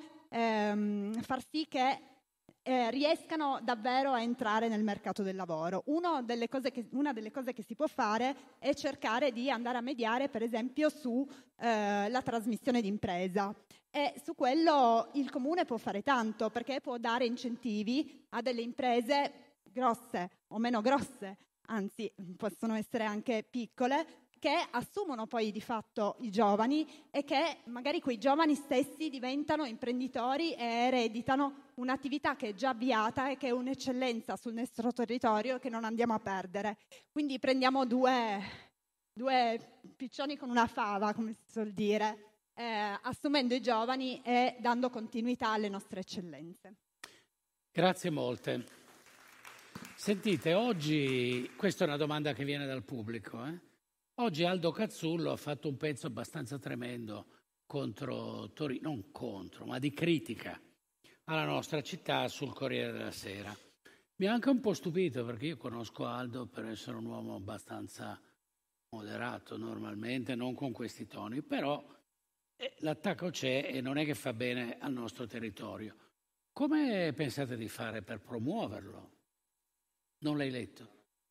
ehm, far sì che eh, riescano davvero a entrare nel mercato del lavoro. Uno delle cose che, una delle cose che si può fare è cercare di andare a mediare, per esempio, su eh, la trasmissione d'impresa. E su quello il Comune può fare tanto, perché può dare incentivi a delle imprese grosse o meno grosse, anzi possono essere anche piccole, che assumono poi di fatto i giovani e che magari quei giovani stessi diventano imprenditori e ereditano un'attività che è già avviata e che è un'eccellenza sul nostro territorio che non andiamo a perdere. Quindi prendiamo due, due piccioni con una fava, come si suol dire, eh, assumendo i giovani e dando continuità alle nostre eccellenze. Grazie molte. Sentite, oggi, questa è una domanda che viene dal pubblico, eh? Oggi Aldo Cazzullo ha fatto un pezzo abbastanza tremendo contro Torino, non contro, ma di critica alla nostra città sul Corriere della Sera. Mi ha anche un po' stupito, perché io conosco Aldo per essere un uomo abbastanza moderato normalmente, non con questi toni, però eh, l'attacco c'è e non è che fa bene al nostro territorio. Come pensate di fare per promuoverlo? Non l'hai letto?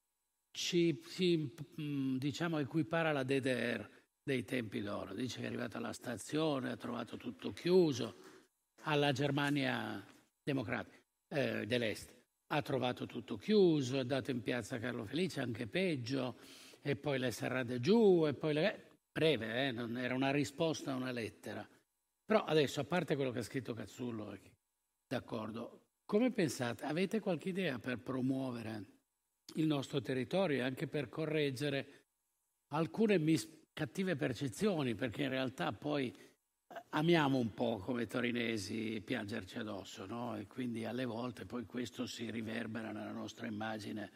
Ci si, diciamo, equipara la D D R dei tempi d'oro. Dice che è arrivata alla stazione, ha trovato tutto chiuso, alla Germania democratica eh, dell'Est ha trovato tutto chiuso, è andato in piazza Carlo Felice, anche peggio, e poi le serrate giù, e poi le... breve, eh? Non era una risposta a una lettera. Però adesso, a parte quello che ha scritto Cazzullo, d'accordo, come pensate? Avete qualche idea per promuovere il nostro territorio e anche per correggere alcune mis- cattive percezioni, perché in realtà poi amiamo un po' come torinesi piangerci addosso, no? E quindi alle volte poi questo si riverbera nella nostra immagine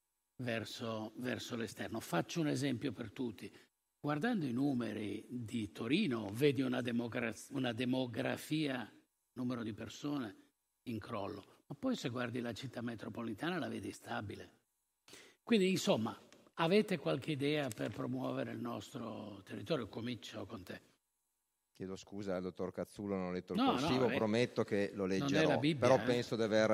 verso, verso l'esterno. Faccio un esempio per tutti. Guardando i numeri di Torino, vedi una, demogra- una demografia, numero di persone, in crollo. Ma poi se guardi la città metropolitana la vedi stabile. Quindi, insomma, avete qualche idea per promuovere il nostro territorio? Comincio con te. Chiedo scusa al dottor Cazzullo, non ho letto il No, corsivo, no, prometto che lo leggerò, non è la Bibbia, però eh. penso di aver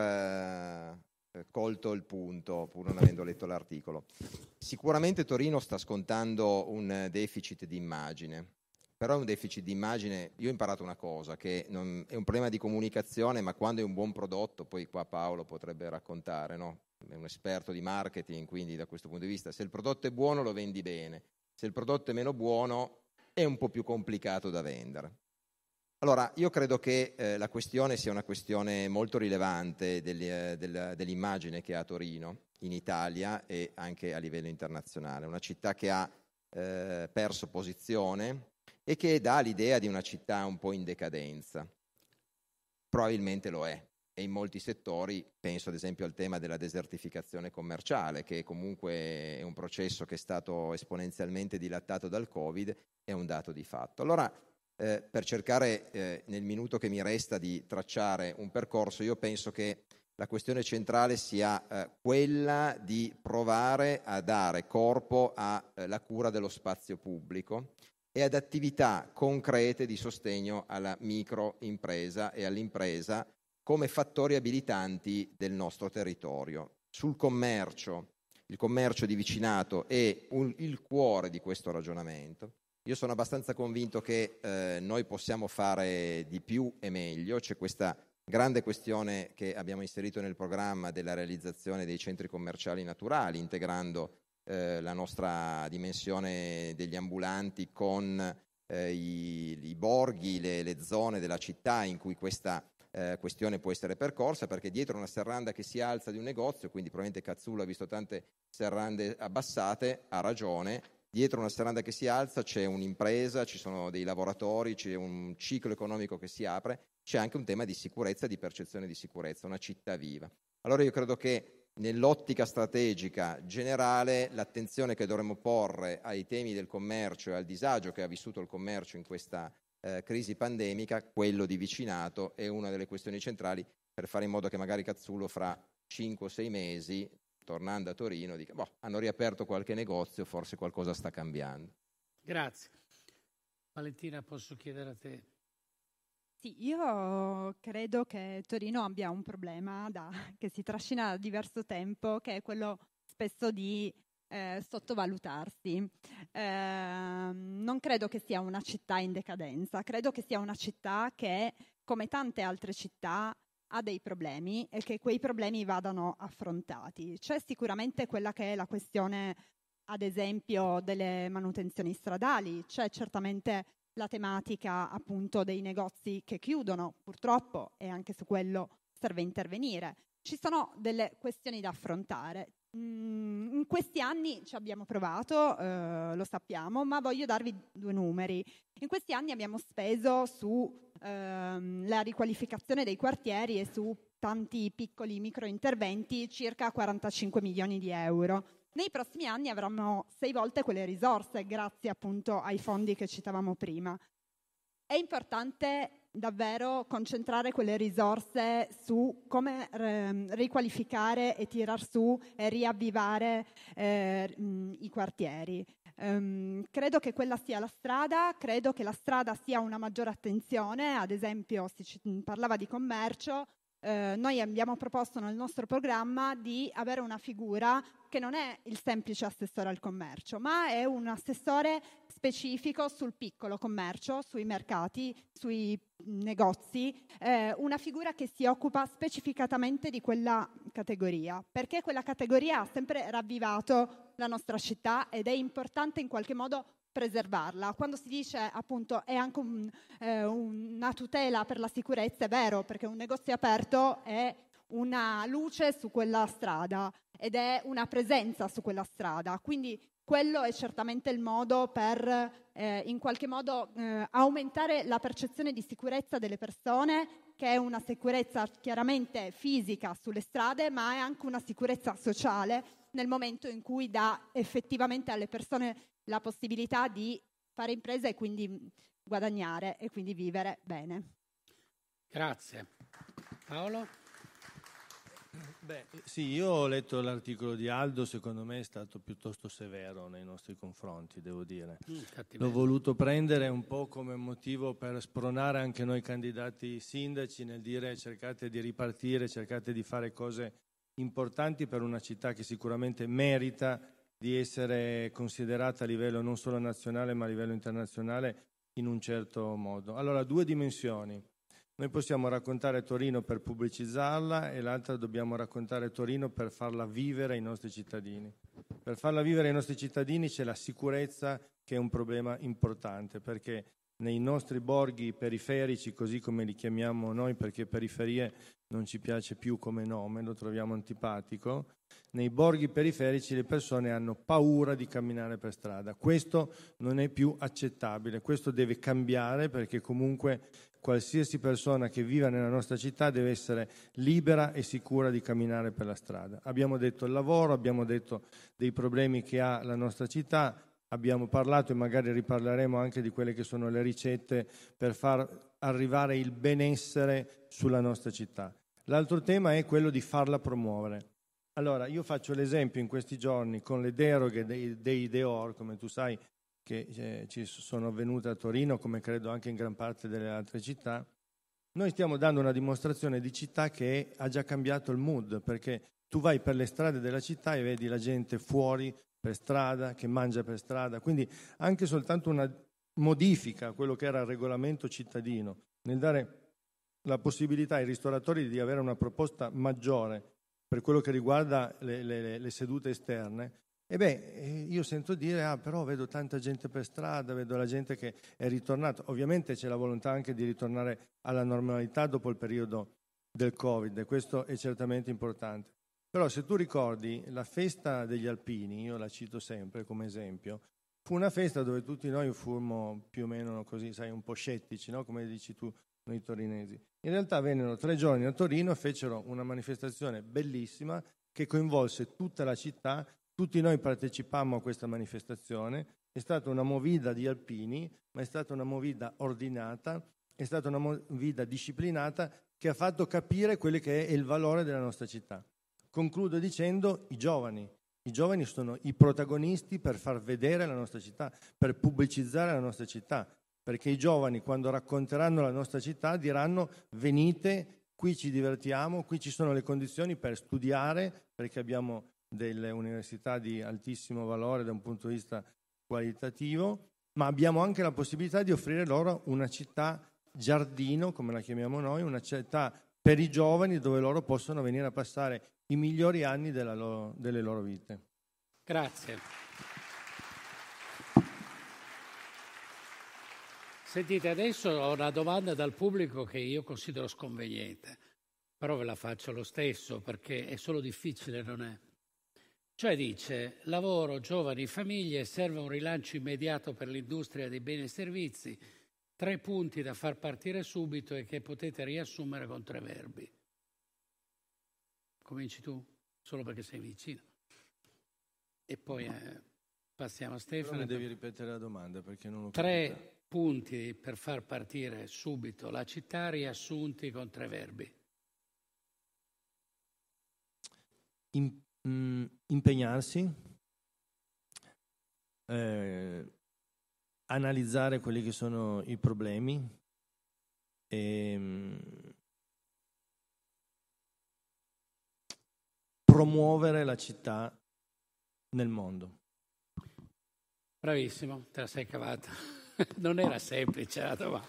eh, colto il punto, pur non avendo letto l'articolo. Sicuramente Torino sta scontando un deficit di immagine, però è un deficit di immagine. Io ho imparato una cosa, che non, è un problema di comunicazione, ma quando è un buon prodotto, poi qua Paolo potrebbe raccontare, no? È un esperto di marketing, quindi da questo punto di vista, se il prodotto è buono lo vendi bene, se il prodotto è meno buono è un po' più complicato da vendere. Allora, io credo che eh, la questione sia una questione molto rilevante degli, eh, del, dell'immagine che ha Torino in Italia e anche a livello internazionale. Una città che ha eh, perso posizione e che dà l'idea di una città un po' in decadenza. Probabilmente lo è. E in molti settori, penso ad esempio al tema della desertificazione commerciale, che comunque è un processo che è stato esponenzialmente dilattato dal Covid, è un dato di fatto. Allora, eh, per cercare eh, nel minuto che mi resta di tracciare un percorso, io penso che la questione centrale sia eh, quella di provare a dare corpo alla cura dello spazio pubblico e ad attività concrete di sostegno alla microimpresa e all'impresa come fattori abilitanti del nostro territorio. Sul commercio, il commercio di vicinato è un, il cuore di questo ragionamento. Io sono abbastanza convinto che eh, noi possiamo fare di più e meglio. C'è questa grande questione che abbiamo inserito nel programma della realizzazione dei centri commerciali naturali, integrando eh, la nostra dimensione degli ambulanti con eh, i, i borghi, le, le zone della città in cui questa Eh, questione può essere percorsa, perché dietro una serranda che si alza di un negozio, quindi probabilmente Cazzullo ha visto tante serrande abbassate, ha ragione, dietro una serranda che si alza c'è un'impresa, ci sono dei lavoratori, c'è un ciclo economico che si apre, c'è anche un tema di sicurezza, di percezione di sicurezza, una città viva. Allora io credo che nell'ottica strategica generale l'attenzione che dovremmo porre ai temi del commercio e al disagio che ha vissuto il commercio in questa Eh, crisi pandemica, quello di vicinato, è una delle questioni centrali per fare in modo che magari Cazzullo fra cinque o sei mesi, tornando a Torino, dica boh, hanno riaperto qualche negozio, forse qualcosa sta cambiando. Grazie. Valentina, posso chiedere a te? Sì, io credo che Torino abbia un problema da, che si trascina da diverso tempo, che è quello spesso di Eh, sottovalutarsi. Eh, non credo che sia una città in decadenza, credo che sia una città che, come tante altre città, ha dei problemi e che quei problemi vadano affrontati. C'è sicuramente quella che è la questione, ad esempio, delle manutenzioni stradali, c'è certamente la tematica appunto dei negozi che chiudono, purtroppo, e anche su quello serve intervenire. Ci sono delle questioni da affrontare. In questi anni ci abbiamo provato, eh, lo sappiamo, ma voglio darvi due numeri. In questi anni abbiamo speso su ehm, la riqualificazione dei quartieri e su tanti piccoli microinterventi circa quarantacinque milioni di euro. Nei prossimi anni avremo sei volte quelle risorse, grazie appunto ai fondi che citavamo prima. È importante davvero concentrare quelle risorse su come eh, riqualificare e tirar su e riavvivare eh, mh, i quartieri. Um, credo che quella sia la strada, credo che la strada sia una maggiore attenzione, ad esempio si ci parlava di commercio, eh, noi abbiamo proposto nel nostro programma di avere una figura che non è il semplice assessore al commercio, ma è un assessore specifico sul piccolo commercio, sui mercati, sui negozi, eh, una figura che si occupa specificatamente di quella categoria, perché quella categoria ha sempre ravvivato la nostra città ed è importante in qualche modo preservarla. Quando si dice appunto è anche un, eh, una tutela per la sicurezza, è vero, perché un negozio aperto è una luce su quella strada ed è una presenza su quella strada, quindi quello è certamente il modo per eh, in qualche modo eh, aumentare la percezione di sicurezza delle persone, che è una sicurezza chiaramente fisica sulle strade, ma è anche una sicurezza sociale nel momento in cui dà effettivamente alle persone la possibilità di fare impresa e quindi guadagnare e quindi vivere bene. Grazie. Paolo? Beh, sì, io ho letto l'articolo di Aldo, secondo me è stato piuttosto severo nei nostri confronti, devo dire. Mm, L'ho voluto prendere un po' come motivo per spronare anche noi candidati sindaci nel dire cercate di ripartire, cercate di fare cose importanti per una città che sicuramente merita di essere considerata a livello non solo nazionale ma a livello internazionale in un certo modo. Allora, due dimensioni. Noi possiamo raccontare Torino per pubblicizzarla e l'altra dobbiamo raccontare Torino per farla vivere ai nostri cittadini. Per farla vivere ai nostri cittadini c'è la sicurezza, che è un problema importante, perché nei nostri borghi periferici, così come li chiamiamo noi, perché periferie non ci piace più come nome, lo troviamo antipatico, nei borghi periferici le persone hanno paura di camminare per strada. Questo non è più accettabile, questo deve cambiare, perché comunque qualsiasi persona che viva nella nostra città deve essere libera e sicura di camminare per la strada. Abbiamo detto il lavoro, abbiamo detto dei problemi che ha la nostra città, abbiamo parlato e magari riparleremo anche di quelle che sono le ricette per far arrivare il benessere sulla nostra città. L'altro tema è quello di farla promuovere. Allora, io faccio l'esempio in questi giorni con le deroghe dei, dei Deor, come tu sai, che eh, ci sono avvenute a Torino, come credo anche in gran parte delle altre città. Noi stiamo dando una dimostrazione di città che ha già cambiato il mood, perché tu vai per le strade della città e vedi la gente fuori per strada, che mangia per strada, quindi anche soltanto una modifica a quello che era il regolamento cittadino, nel dare la possibilità ai ristoratori di avere una proposta maggiore per quello che riguarda le, le, le sedute esterne. E beh, io sento dire, ah però vedo tanta gente per strada, vedo la gente che è ritornata. Ovviamente c'è la volontà anche di ritornare alla normalità dopo il periodo del Covid, e questo è certamente importante. Però se tu ricordi la festa degli Alpini, io la cito sempre come esempio, fu una festa dove tutti noi fummo più o meno così, sai, un po' scettici, no? Come dici tu, noi torinesi. In realtà vennero tre giorni a Torino e fecero una manifestazione bellissima che coinvolse tutta la città. Tutti noi partecipammo a questa manifestazione, è stata una movida di alpini, ma è stata una movida ordinata, è stata una movida disciplinata che ha fatto capire quello che è il valore della nostra città. Concludo dicendo i giovani. I giovani sono i protagonisti per far vedere la nostra città, per pubblicizzare la nostra città, perché i giovani quando racconteranno la nostra città diranno venite, qui ci divertiamo, qui ci sono le condizioni per studiare, perché abbiamo delle università di altissimo valore da un punto di vista qualitativo, ma abbiamo anche la possibilità di offrire loro una città giardino, come la chiamiamo noi, una città per i giovani dove loro possono venire a passare i migliori anni della loro, delle loro vite. Grazie. Sentite, adesso ho una domanda dal pubblico che io considero sconveniente, però ve la faccio lo stesso perché è solo difficile, non è? Cioè dice, lavoro, giovani, famiglie, serve un rilancio immediato per l'industria dei beni e servizi, tre punti da far partire subito e che potete riassumere con tre verbi. Cominci tu, solo perché sei vicino. E poi eh, passiamo a Stefano. Però mi devi ripetere la domanda perché non ho tre, capito. punti per far partire subito la città riassunti con tre verbi. In, mh, impegnarsi, eh, analizzare quelli che sono i problemi e mh, promuovere la città nel mondo. Bravissimo, te la sei cavata. Non era semplice la domanda.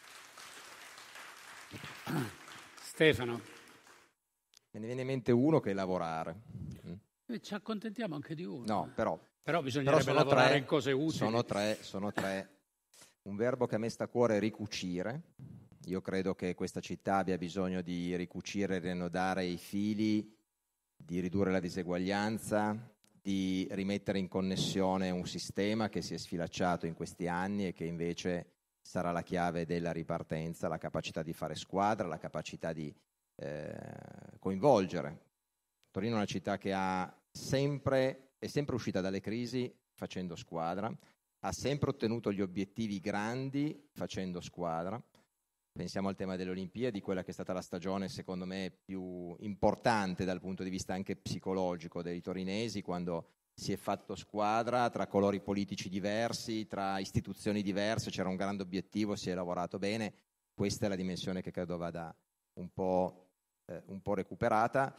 Stefano. Me ne viene in mente uno che è lavorare. E ci accontentiamo anche di uno. No, però, però bisognerebbe però lavorare tre, in cose utili. Sono tre, sono tre. Un verbo che a me sta a cuore è ricucire. Io credo che questa città abbia bisogno di ricucire e rinodare i fili, di ridurre la diseguaglianza, di rimettere in connessione un sistema che si è sfilacciato in questi anni e che invece sarà la chiave della ripartenza, la capacità di fare squadra, la capacità di eh, coinvolgere. Torino è una città che ha sempre, è sempre uscita dalle crisi facendo squadra, ha sempre ottenuto gli obiettivi grandi facendo squadra. Pensiamo al tema delle Olimpiadi, quella che è stata la stagione secondo me più importante dal punto di vista anche psicologico dei torinesi, quando si è fatto squadra tra colori politici diversi, tra istituzioni diverse, c'era un grande obiettivo, si è lavorato bene. Questa è la dimensione che credo vada un po', eh, un po' recuperata.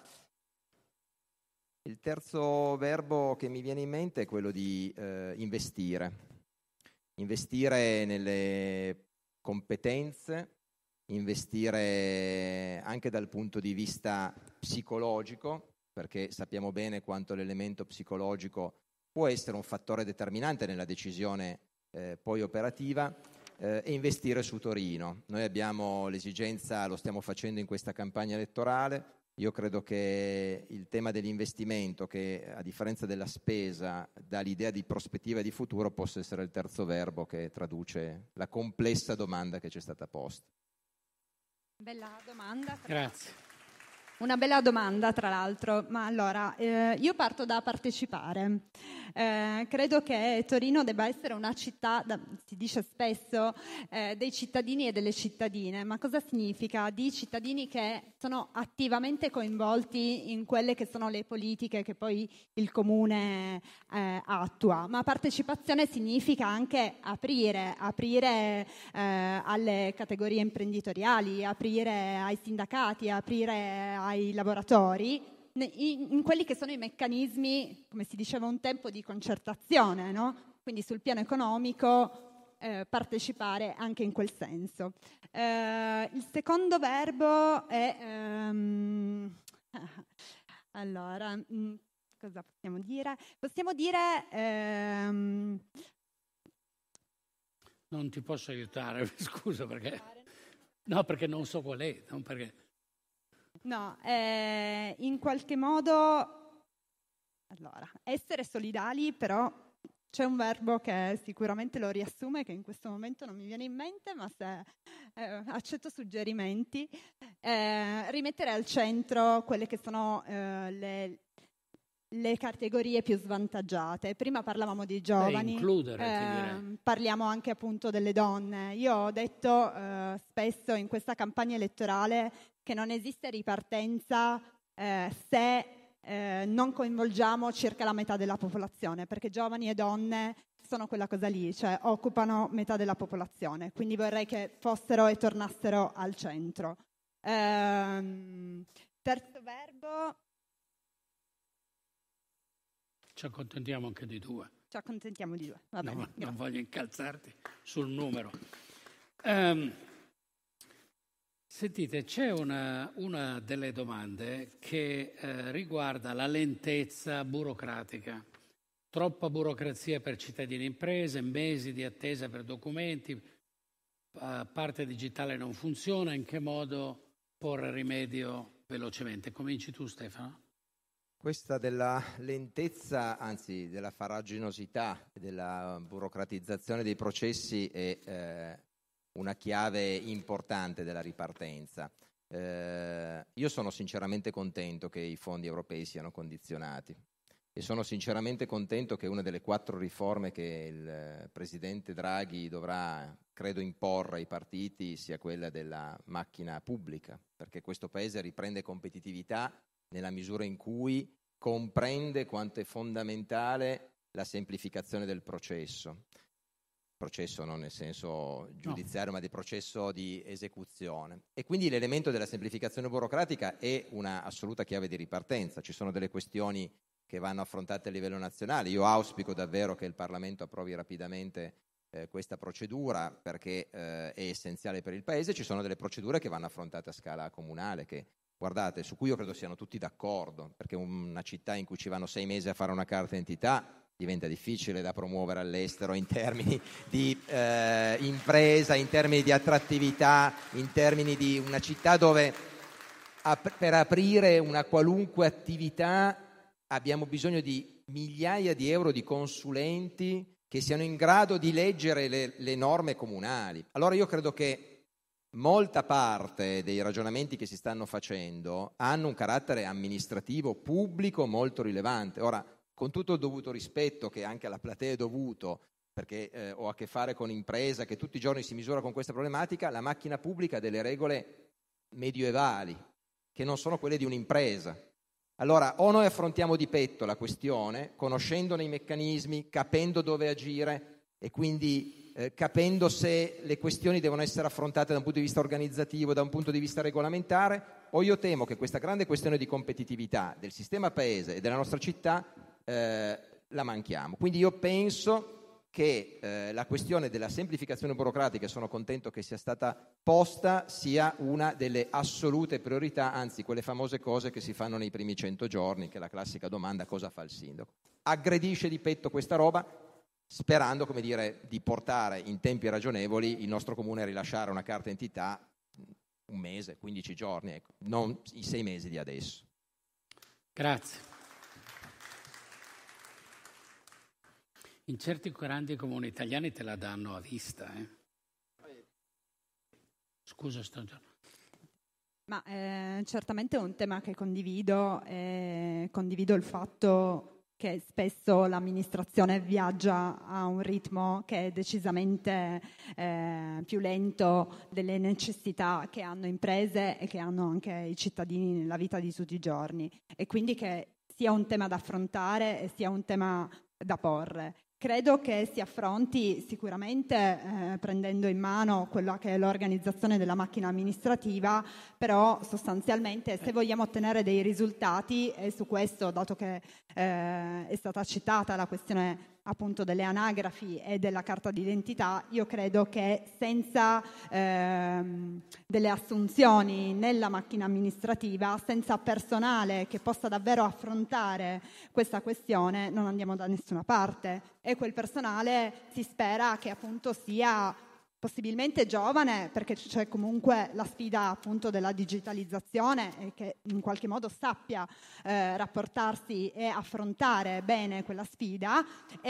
Il terzo verbo che mi viene in mente è quello di eh, investire. Investire nelle competenze, investire anche dal punto di vista psicologico, perché sappiamo bene quanto l'elemento psicologico può essere un fattore determinante nella decisione eh, poi operativa, eh, e investire su Torino. Noi abbiamo l'esigenza, lo stiamo facendo in questa campagna elettorale. Io credo che il tema dell'investimento, che a differenza della spesa dà l'idea di prospettiva e di futuro, possa essere il terzo verbo che traduce la complessa domanda che ci è stata posta. Bella domanda. Grazie. Una bella domanda, tra l'altro, ma allora eh, io parto da partecipare. Eh, credo che Torino debba essere una città, da, si dice spesso, eh, dei cittadini e delle cittadine. Ma cosa significa? Di cittadini che sono attivamente coinvolti in quelle che sono le politiche che poi il comune eh, attua. Ma partecipazione significa anche aprire, aprire eh, alle categorie imprenditoriali, aprire ai sindacati, aprire ai lavoratori, in quelli che sono i meccanismi, come si diceva un tempo, di concertazione, no? Quindi sul piano economico eh, partecipare anche in quel senso. Eh, il secondo verbo è ehm, allora mh, cosa possiamo dire? Possiamo dire ehm, non ti posso aiutare, scusa, perché no, perché non so qual è, non perché No, eh, in qualche modo, allora, essere solidali, però c'è un verbo che sicuramente lo riassume, che in questo momento non mi viene in mente, ma se eh, accetto suggerimenti, eh, rimettere al centro quelle che sono eh, le, le categorie più svantaggiate. Prima parlavamo di giovani, Beh, includere, eh, ti direi. Parliamo anche appunto delle donne. Io ho detto eh, spesso in questa campagna elettorale che non esiste ripartenza eh, se eh, non coinvolgiamo circa la metà della popolazione, perché giovani e donne sono quella cosa lì, cioè occupano metà della popolazione, quindi vorrei che fossero e tornassero al centro. Ehm, terzo verbo. Ci accontentiamo anche di due. Ci accontentiamo di due, va bene. No, non voglio incalzarti sul numero. Um, Sentite, c'è una, una delle domande che eh, riguarda la lentezza burocratica. Troppa burocrazia per cittadini e imprese, mesi di attesa per documenti, uh, parte digitale non funziona, in che modo porre rimedio velocemente? Cominci tu, Stefano? Questa della lentezza, anzi della farraginosità, della burocratizzazione dei processi è eh, una chiave importante della ripartenza. Eh, io sono sinceramente contento che i fondi europei siano condizionati. e sono sinceramente contento che una delle quattro riforme che il presidente Draghi dovrà, credo, imporre ai partiti sia quella della macchina pubblica, perché questo Paese riprende competitività nella misura in cui comprende quanto è fondamentale la semplificazione del processo. Processo non nel senso giudiziario, no, ma di processo di esecuzione. E quindi l'elemento della semplificazione burocratica è una assoluta chiave di ripartenza. Ci sono delle questioni che vanno affrontate a livello nazionale. Io auspico davvero che il Parlamento approvi rapidamente eh, questa procedura, perché eh, è essenziale per il Paese. Ci sono delle procedure che vanno affrontate a scala comunale, che, guardate, su cui io credo siano tutti d'accordo, perché una città in cui ci vanno sei mesi a fare una carta d'identità diventa difficile da promuovere all'estero in termini di eh, impresa, in termini di attrattività, in termini di una città dove ap- per aprire una qualunque attività abbiamo bisogno di migliaia di euro di consulenti che siano in grado di leggere le, le norme comunali. Allora io credo che molta parte dei ragionamenti che si stanno facendo hanno un carattere amministrativo pubblico molto rilevante. Ora, con tutto il dovuto rispetto che anche alla platea è dovuto, perché eh, ho a che fare con impresa che tutti i giorni si misura con questa problematica, la macchina pubblica ha delle regole medievali, che non sono quelle di un'impresa. Allora, o noi affrontiamo di petto la questione, conoscendone i meccanismi, capendo dove agire e quindi eh, capendo se le questioni devono essere affrontate da un punto di vista organizzativo, da un punto di vista regolamentare, o io temo che questa grande questione di competitività del sistema paese e della nostra città Eh, la manchiamo. Quindi io penso che eh, la questione della semplificazione burocratica, e sono contento che sia stata posta, sia una delle assolute priorità, anzi quelle famose cose che si fanno nei primi cento giorni, che è la classica domanda: cosa fa il sindaco? Aggredisce di petto questa roba, sperando, come dire, di portare in tempi ragionevoli il nostro comune a rilasciare una carta d'identità un mese, quindici giorni, ecco, non i sei mesi di adesso. Grazie. In certi grandi comuni italiani te la danno a vista. Eh? Scusa, sto già. Ma eh, certamente è un tema che condivido, eh, condivido il fatto che spesso l'amministrazione viaggia a un ritmo che è decisamente eh, più lento delle necessità che hanno imprese e che hanno anche i cittadini nella vita di tutti i giorni, e quindi che sia un tema da affrontare e sia un tema da porre. Credo che si affronti sicuramente eh, prendendo in mano quella che è l'organizzazione della macchina amministrativa, però sostanzialmente se vogliamo ottenere dei risultati, e su questo, dato che eh, è stata citata la questione appunto delle anagrafi e della carta d'identità, io credo che senza ehm, delle assunzioni nella macchina amministrativa, senza personale che possa davvero affrontare questa questione, non andiamo da nessuna parte. E quel personale si spera che appunto sia possibilmente giovane, perché c'è comunque la sfida appunto della digitalizzazione, e che in qualche modo sappia eh, rapportarsi e affrontare bene quella sfida,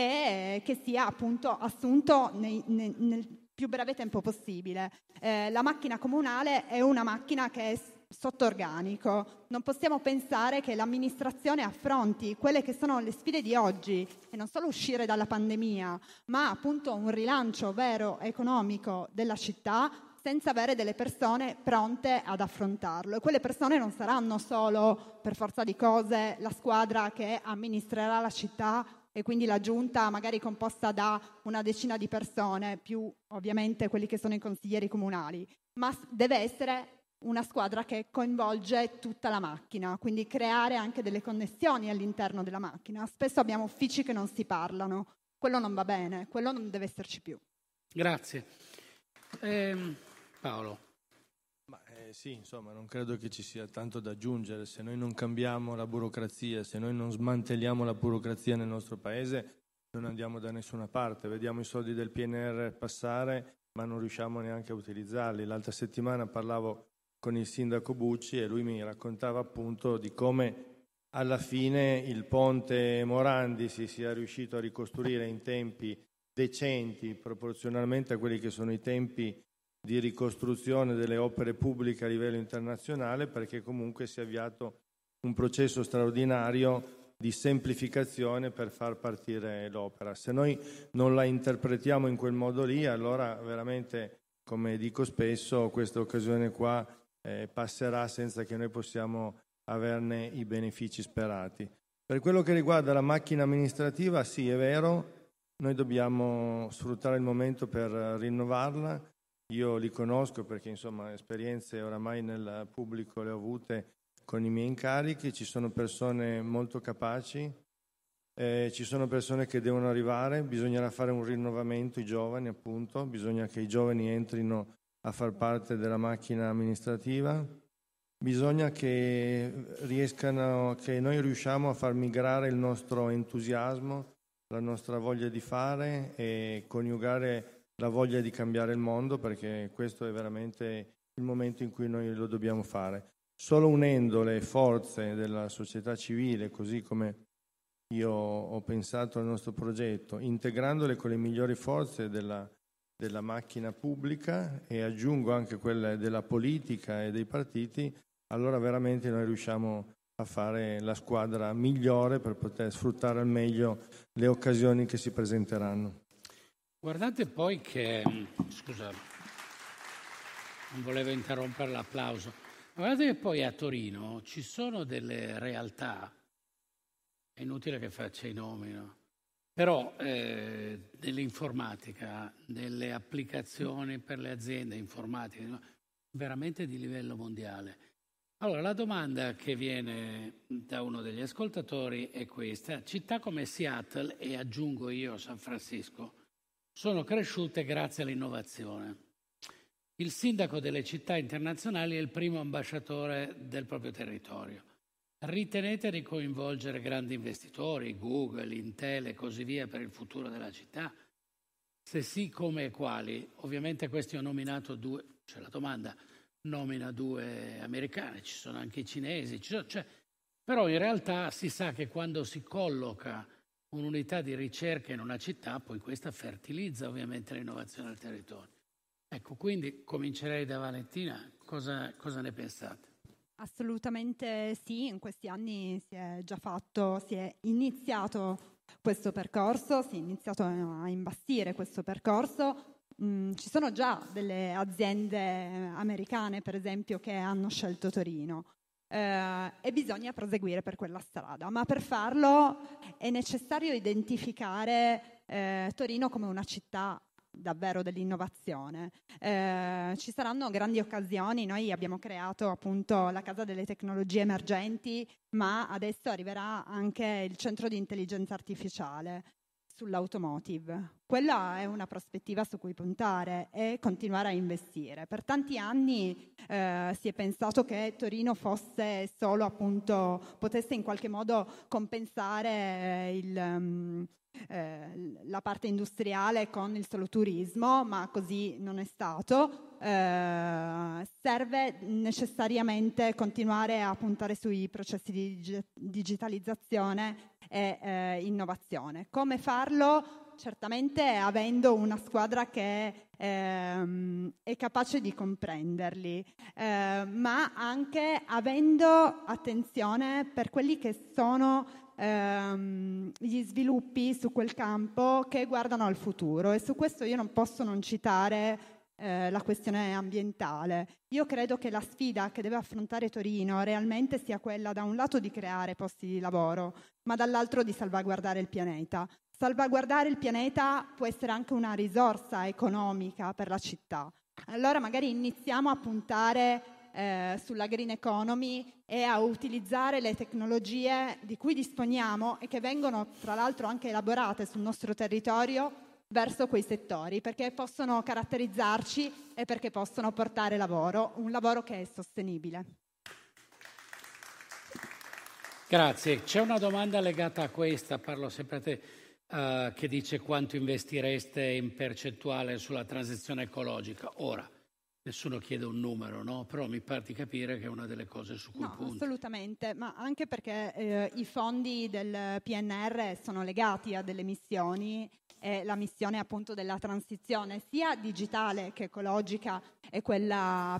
e che sia appunto assunto nei, nei, nel più breve tempo possibile. Eh, la macchina comunale è una macchina che è sotto organico. Non possiamo pensare che l'amministrazione affronti quelle che sono le sfide di oggi, e non solo uscire dalla pandemia, ma appunto un rilancio vero economico della città, senza avere delle persone pronte ad affrontarlo. E quelle persone non saranno solo, per forza di cose, la squadra che amministrerà la città, e quindi la giunta magari composta da una decina di persone, più ovviamente quelli che sono i consiglieri comunali, ma deve essere una squadra che coinvolge tutta la macchina, quindi creare anche delle connessioni all'interno della macchina. Spesso abbiamo uffici che non si parlano, quello non va bene, quello non deve esserci più. Grazie. Eh, Paolo. Ma, eh, sì, insomma, non credo che ci sia tanto da aggiungere. Se noi non cambiamo la burocrazia, se noi non smantelliamo la burocrazia nel nostro paese, non andiamo da nessuna parte. Vediamo i soldi del P N R R passare, ma non riusciamo neanche a utilizzarli. L'altra settimana parlavo con il sindaco Bucci e lui mi raccontava appunto di come alla fine il ponte Morandi si sia riuscito a ricostruire in tempi decenti proporzionalmente a quelli che sono i tempi di ricostruzione delle opere pubbliche a livello internazionale, perché comunque si è avviato un processo straordinario di semplificazione per far partire l'opera. Se noi non la interpretiamo in quel modo lì, allora veramente, come dico spesso, questa occasione qua eh, passerà senza che noi possiamo averne i benefici sperati. Per quello che riguarda la macchina amministrativa, sì, è vero, noi dobbiamo sfruttare il momento per rinnovarla. Io li conosco perché, insomma, esperienze oramai nel pubblico le ho avute con i miei incarichi. Ci sono persone molto capaci, eh, ci sono persone che devono arrivare, bisognerà fare un rinnovamento, i giovani appunto, bisogna che i giovani entrino a far parte della macchina amministrativa, bisogna che riescano, che noi riusciamo a far migrare il nostro entusiasmo, la nostra voglia di fare e coniugare la voglia di cambiare il mondo, perché questo è veramente il momento in cui noi lo dobbiamo fare. Solo unendo le forze della società civile, così come io ho pensato al nostro progetto, integrandole con le migliori forze della, della macchina pubblica e aggiungo anche quelle della politica e dei partiti, allora veramente noi riusciamo a fare la squadra migliore per poter sfruttare al meglio le occasioni che si presenteranno. Guardate poi che, scusa, non volevo interrompere l'applauso, guardate che poi a Torino ci sono delle realtà, è inutile che faccia i nomi, no? Però eh, dell'informatica, delle applicazioni per le aziende informatiche, no? Veramente di livello mondiale. Allora, la domanda che viene da uno degli ascoltatori è questa. Città come Seattle, e aggiungo io San Francisco, sono cresciute grazie all'innovazione. Il sindaco delle città internazionali è il primo ambasciatore del proprio territorio. Ritenete di coinvolgere grandi investitori, Google, Intel e così via per il futuro della città? Se sì, come e quali? Ovviamente questi ho nominato due, cioè la domanda nomina due americane, ci sono anche i cinesi, ci sono, cioè, però in realtà si sa che quando si colloca un'unità di ricerca in una città, poi questa fertilizza ovviamente l'innovazione del territorio. Ecco, quindi comincerei da Valentina, cosa, cosa ne pensate? Assolutamente sì, in questi anni si è già fatto, si è iniziato questo percorso, si è iniziato a imbastire questo percorso. Mm, ci sono già delle aziende americane, per esempio, che hanno scelto Torino eh, e bisogna proseguire per quella strada, ma per farlo è necessario identificare eh, Torino come una città davvero dell'innovazione. Eh, ci saranno grandi occasioni, noi abbiamo creato appunto la Casa delle Tecnologie Emergenti, ma adesso arriverà anche il centro di intelligenza artificiale sull'automotive. Quella è una prospettiva su cui puntare e continuare a investire. Per tanti anni eh, si è pensato che Torino fosse solo appunto, potesse in qualche modo compensare il um, Eh, la parte industriale con il solo turismo, ma così non è stato. Eh, serve necessariamente continuare a puntare sui processi di dig- digitalizzazione e eh, innovazione. Come farlo? Certamente avendo una squadra che ehm, è capace di comprenderli, eh, ma anche avendo attenzione per quelli che sono ehm, gli sviluppi su quel campo che guardano al futuro. E su questo io non posso non citare eh, la questione ambientale. Io credo che la sfida che deve affrontare Torino realmente sia quella, da un lato, di creare posti di lavoro, ma dall'altro di salvaguardare il pianeta. Salvaguardare il pianeta può essere anche una risorsa economica per la città. Allora magari iniziamo a puntare eh, sulla green economy e a utilizzare le tecnologie di cui disponiamo e che vengono tra l'altro anche elaborate sul nostro territorio verso quei settori, perché possono caratterizzarci e perché possono portare lavoro, un lavoro che è sostenibile. Grazie. C'è una domanda legata a questa, parlo sempre a te. Uh, che dice quanto investireste in percentuale sulla transizione ecologica. Ora, nessuno chiede un numero, no? Però mi pare di capire che è una delle cose su cui no, punti. Assolutamente, ma anche perché eh, i fondi del P N R sono legati a delle missioni e la missione appunto della transizione sia digitale che ecologica è quella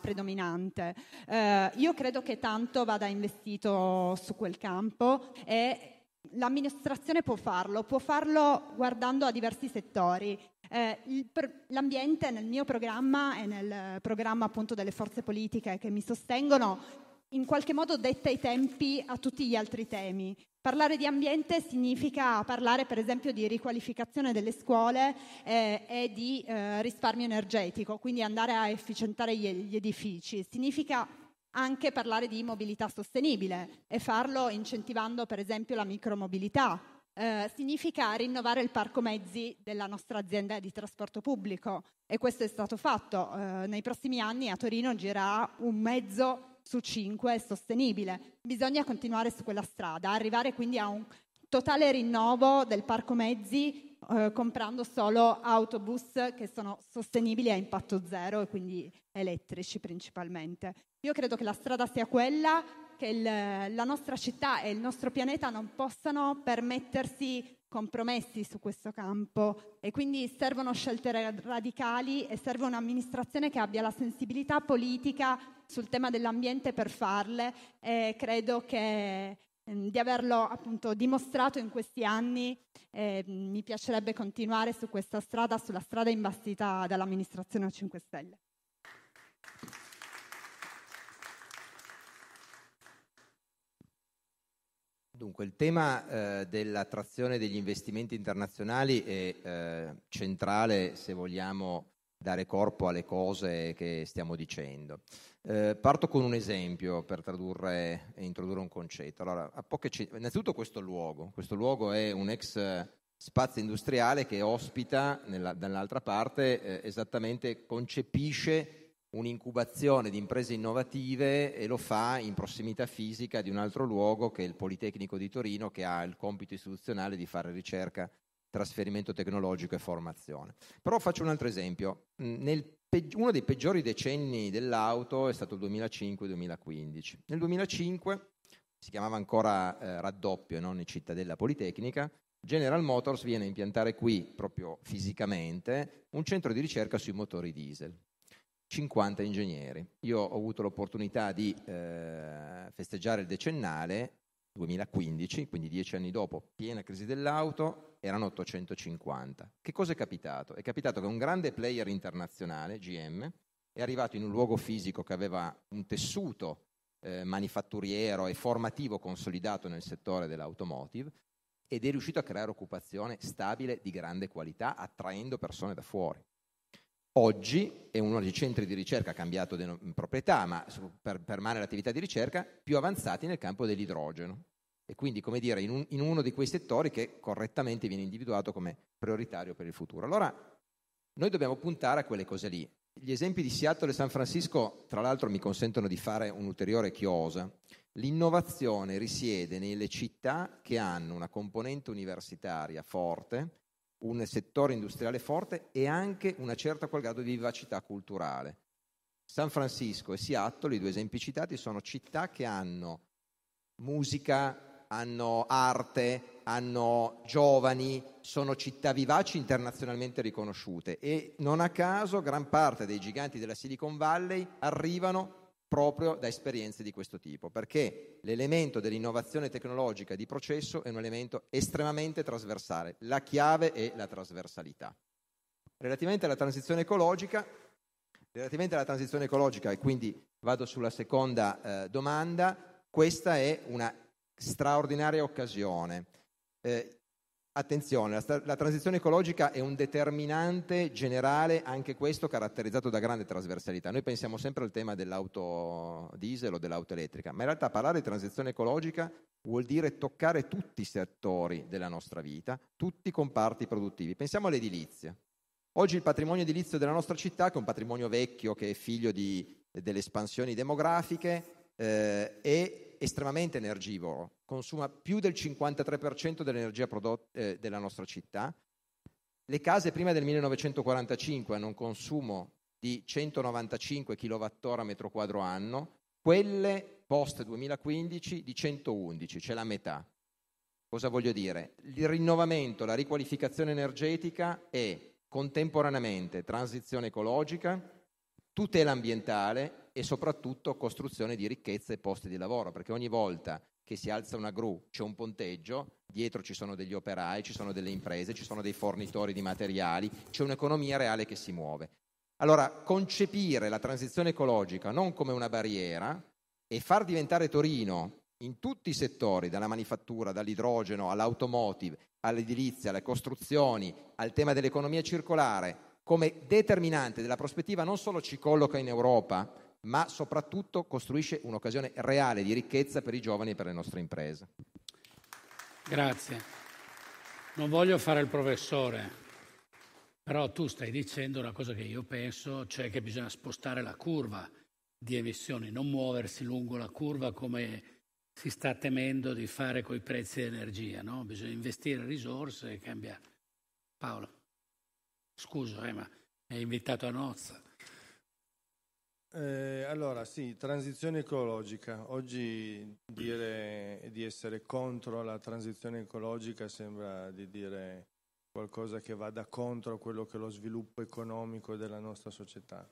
predominante. Eh, io credo che tanto vada investito su quel campo e l'amministrazione può farlo, può farlo guardando a diversi settori. Eh, il, l'ambiente nel mio programma e nel programma appunto delle forze politiche che mi sostengono in qualche modo detta i tempi a tutti gli altri temi. Parlare di ambiente significa parlare per esempio di riqualificazione delle scuole eh, e di eh, risparmio energetico, quindi andare a efficientare gli, gli edifici. Significa anche parlare di mobilità sostenibile e farlo incentivando per esempio la micromobilità. Eh, significa rinnovare il parco mezzi della nostra azienda di trasporto pubblico e questo è stato fatto. Eh, nei prossimi anni a Torino girerà un mezzo su cinque sostenibile. Bisogna continuare su quella strada, arrivare quindi a un totale rinnovo del parco mezzi eh, comprando solo autobus che sono sostenibili a impatto zero e quindi elettrici principalmente. Io credo che la strada sia quella, che il, la nostra città e il nostro pianeta non possano permettersi compromessi su questo campo e quindi servono scelte radicali e serve un'amministrazione che abbia la sensibilità politica sul tema dell'ambiente per farle e credo che ehm, di averlo appunto dimostrato in questi anni eh, mi piacerebbe continuare su questa strada, sulla strada imbastita dall'amministrazione a cinque Stelle. Dunque, il tema eh, dell'attrazione degli investimenti internazionali è eh, centrale se vogliamo dare corpo alle cose che stiamo dicendo. Eh, parto con un esempio per tradurre e introdurre un concetto. Allora, a poche c- innanzitutto questo luogo. Questo luogo è un ex spazio industriale che ospita, nella, dall'altra parte, eh, esattamente concepisce un'incubazione di imprese innovative e lo fa in prossimità fisica di un altro luogo che è il Politecnico di Torino, che ha il compito istituzionale di fare ricerca, trasferimento tecnologico e formazione. Però faccio un altro esempio. Nel pe- uno dei peggiori decenni dell'auto è stato il duemilacinque duemilaquindici. Nel duemilacinque si chiamava ancora eh, raddoppio e non in Cittadella Politecnica. General Motors viene a impiantare qui, proprio fisicamente, un centro di ricerca sui motori diesel. cinquanta ingegneri. Io ho avuto l'opportunità di eh, festeggiare il decennale duemilaquindici, quindi dieci anni dopo, piena crisi dell'auto, erano ottocentocinquanta. Che cosa è capitato? È capitato che un grande player internazionale, G M, è arrivato in un luogo fisico che aveva un tessuto eh, manifatturiero e formativo consolidato nel settore dell'automotive ed è riuscito a creare occupazione stabile di grande qualità, attraendo persone da fuori. Oggi è uno dei centri di ricerca, ha cambiato di proprietà, ma per, permane l'attività di ricerca, più avanzati nel campo dell'idrogeno. E quindi, come dire, in, un, in uno di quei settori che correttamente viene individuato come prioritario per il futuro. Allora, noi dobbiamo puntare a quelle cose lì. Gli esempi di Seattle e San Francisco, tra l'altro, mi consentono di fare un'ulteriore chiosa. L'innovazione risiede nelle città che hanno una componente universitaria forte, un settore industriale forte e anche una certa qual grado di vivacità culturale. San Francisco e Seattle, i due esempi citati, sono città che hanno musica, hanno arte, hanno giovani, sono città vivaci internazionalmente riconosciute e non a caso gran parte dei giganti della Silicon Valley arrivano proprio da esperienze di questo tipo, perché l'elemento dell'innovazione tecnologica di processo è un elemento estremamente trasversale. La chiave è la trasversalità. Relativamente alla transizione ecologica, relativamente alla transizione ecologica, e quindi vado sulla seconda eh, domanda, questa è una straordinaria occasione. Eh, Attenzione, la, la transizione ecologica è un determinante generale, anche questo caratterizzato da grande trasversalità. Noi pensiamo sempre al tema dell'auto diesel o dell'auto elettrica, ma in realtà parlare di transizione ecologica vuol dire toccare tutti i settori della nostra vita, tutti i comparti produttivi. Pensiamo all'edilizia. Oggi il patrimonio edilizio della nostra città, che è un patrimonio vecchio, che è figlio di, delle espansioni demografiche, eh, è estremamente energivoro, consuma più del cinquantatré per cento dell'energia prodotta eh, della nostra città. Le case prima del millenovecentoquarantacinque hanno un consumo di centonovantacinque chilowattora metro quadro anno, quelle post duemilaquindici di centoundici, c'è la metà. Cosa voglio dire? Il rinnovamento, la riqualificazione energetica è contemporaneamente transizione ecologica, tutela ambientale e soprattutto costruzione di ricchezza e posti di lavoro, perché ogni volta che si alza una gru, c'è un ponteggio, dietro ci sono degli operai, ci sono delle imprese, ci sono dei fornitori di materiali, c'è un'economia reale che si muove. Allora, concepire la transizione ecologica non come una barriera e far diventare Torino in tutti i settori, dalla manifattura, dall'idrogeno all'automotive, all'edilizia, alle costruzioni, al tema dell'economia circolare, come determinante della prospettiva, non solo ci colloca in Europa, ma soprattutto costruisce un'occasione reale di ricchezza per i giovani e per le nostre imprese. Grazie. Non voglio fare il professore, però tu stai dicendo una cosa che io penso, cioè che bisogna spostare la curva di emissioni, non muoversi lungo la curva come si sta temendo di fare coi prezzi dell'energia, no? Bisogna investire risorse e cambiare. Paolo, scusa, eh, ma mi hai invitato a nozze. Eh, allora sì, transizione ecologica. Oggi dire di essere contro la transizione ecologica sembra di dire qualcosa che vada contro quello che è lo sviluppo economico della nostra società.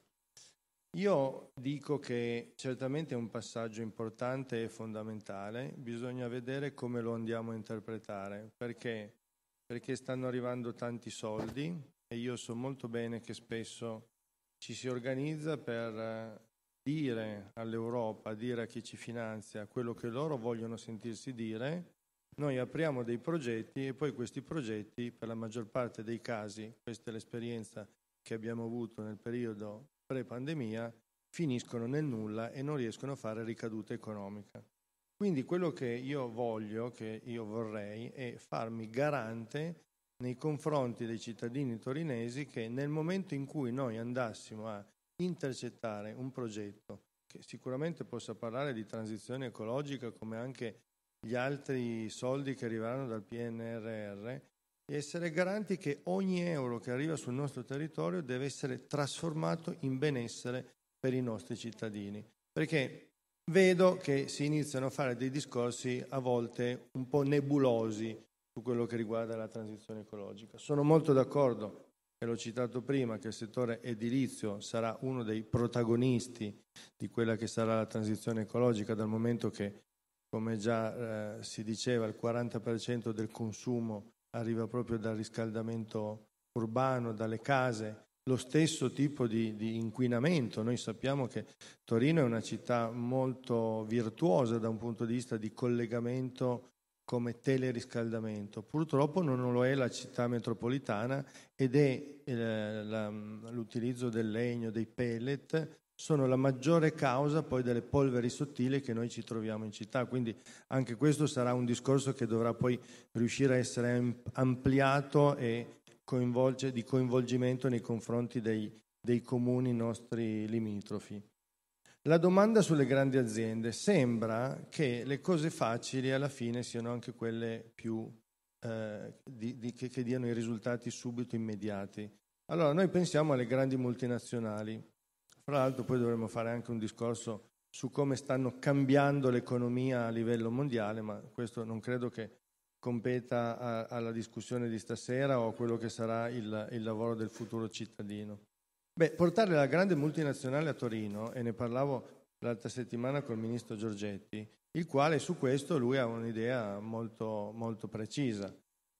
Io dico che certamente è un passaggio importante e fondamentale, bisogna vedere come lo andiamo a interpretare, perché, perché stanno arrivando tanti soldi e io so molto bene che spesso ci si organizza per dire all'Europa, dire a chi ci finanzia quello che loro vogliono sentirsi dire. Noi apriamo dei progetti e poi questi progetti, per la maggior parte dei casi, questa è l'esperienza che abbiamo avuto nel periodo pre-pandemia, finiscono nel nulla e non riescono a fare ricaduta economica. Quindi quello che io voglio, che io vorrei, è farmi garante nei confronti dei cittadini torinesi che nel momento in cui noi andassimo a intercettare un progetto che sicuramente possa parlare di transizione ecologica come anche gli altri soldi che arriveranno dal P N R R, e essere garanti che ogni euro che arriva sul nostro territorio deve essere trasformato in benessere per i nostri cittadini. Perché vedo che si iniziano a fare dei discorsi a volte un po' nebulosi su quello che riguarda la transizione ecologica. Sono molto d'accordo, e l'ho citato prima, che il settore edilizio sarà uno dei protagonisti di quella che sarà la transizione ecologica, dal momento che, come già eh, si diceva, il quaranta per cento del consumo arriva proprio dal riscaldamento urbano, dalle case, lo stesso tipo di, di inquinamento. Noi sappiamo che Torino è una città molto virtuosa da un punto di vista di collegamento come teleriscaldamento. Purtroppo non lo è la città metropolitana ed è eh, la, l'utilizzo del legno, dei pellet, sono la maggiore causa poi delle polveri sottili che noi ci troviamo in città. Quindi anche questo sarà un discorso che dovrà poi riuscire a essere ampliato e coinvolge, di coinvolgimento nei confronti dei, dei comuni nostri limitrofi. La domanda sulle grandi aziende: sembra che le cose facili alla fine siano anche quelle più eh, di, di, che, che diano i risultati subito immediati. Allora noi pensiamo alle grandi multinazionali. Fra l'altro poi dovremmo fare anche un discorso su come stanno cambiando l'economia a livello mondiale, ma questo non credo che competa a, alla discussione di stasera o a quello che sarà il, il lavoro del futuro cittadino. Beh, portare la grande multinazionale a Torino, e ne parlavo l'altra settimana col ministro Giorgetti, il quale su questo lui ha un'idea molto, molto precisa.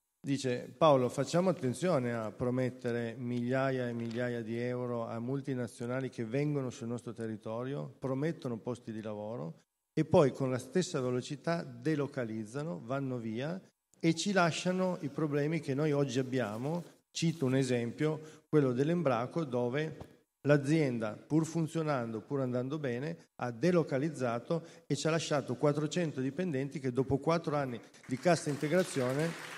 Dice: Paolo, facciamo attenzione a promettere migliaia e migliaia di euro a multinazionali che vengono sul nostro territorio, promettono posti di lavoro e poi con la stessa velocità delocalizzano, vanno via e ci lasciano i problemi che noi oggi abbiamo. Cito un esempio, quello dell'Embraco, dove l'azienda, pur funzionando, pur andando bene, ha delocalizzato e ci ha lasciato quattrocento dipendenti che dopo quattro anni di cassa integrazione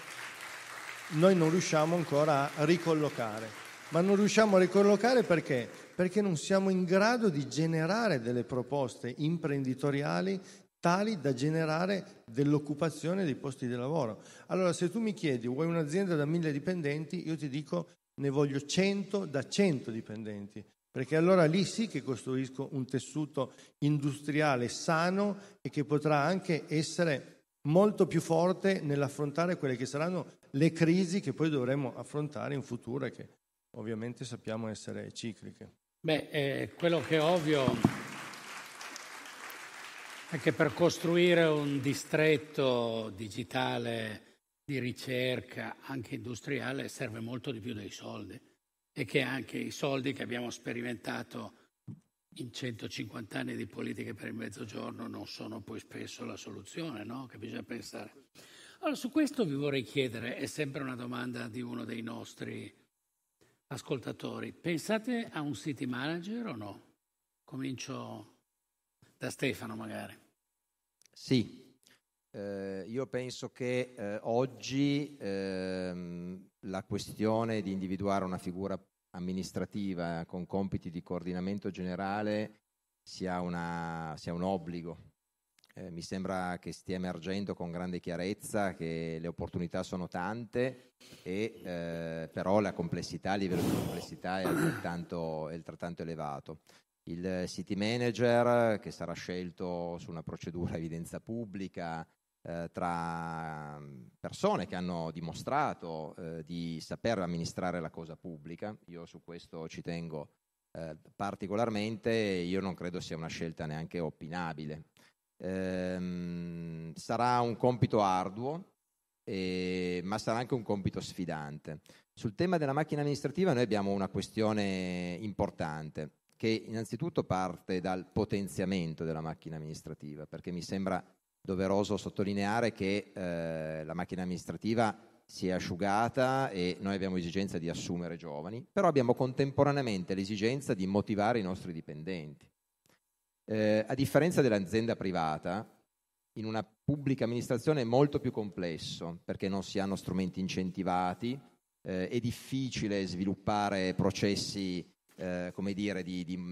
noi non riusciamo ancora a ricollocare. Ma non riusciamo a ricollocare perché? Perché non siamo in grado di generare delle proposte imprenditoriali tali da generare dell'occupazione dei posti di lavoro. Allora, se tu mi chiedi, vuoi un'azienda da mille dipendenti? Io ti dico, ne voglio cento da cento dipendenti, perché allora lì sì che costruisco un tessuto industriale sano e che potrà anche essere molto più forte nell'affrontare quelle che saranno le crisi che poi dovremo affrontare in futuro e che ovviamente sappiamo essere cicliche. Beh, eh, quello che è ovvio Anche per costruire un distretto digitale di ricerca, anche industriale, serve molto di più dei soldi, e che anche i soldi che abbiamo sperimentato in centocinquanta anni di politiche per il Mezzogiorno non sono poi spesso la soluzione, no? Che bisogna pensare. Allora, su questo vi vorrei chiedere, è sempre una domanda di uno dei nostri ascoltatori, pensate a un city manager o no? Comincio da Stefano magari. Sì, eh, io penso che eh, oggi ehm, la questione di individuare una figura amministrativa con compiti di coordinamento generale sia, una, sia un obbligo. Eh, mi sembra che stia emergendo con grande chiarezza che le opportunità sono tante, e eh, però la complessità, il livello di complessità è altrettanto, è altrettanto elevato. Il city manager, che sarà scelto su una procedura a evidenza pubblica eh, tra persone che hanno dimostrato eh, di saper amministrare la cosa pubblica, io su questo ci tengo eh, particolarmente, io non credo sia una scelta neanche opinabile. Ehm, sarà un compito arduo, eh, ma sarà anche un compito sfidante. Sul tema della macchina amministrativa noi abbiamo una questione importante, che innanzitutto parte dal potenziamento della macchina amministrativa, perché mi sembra doveroso sottolineare che eh, la macchina amministrativa si è asciugata e noi abbiamo esigenza di assumere giovani, però abbiamo contemporaneamente l'esigenza di motivare i nostri dipendenti. Eh, a differenza dell'azienda privata, in una pubblica amministrazione è molto più complesso, perché non si hanno strumenti incentivati, eh, è difficile sviluppare processi Eh, come dire, di, di,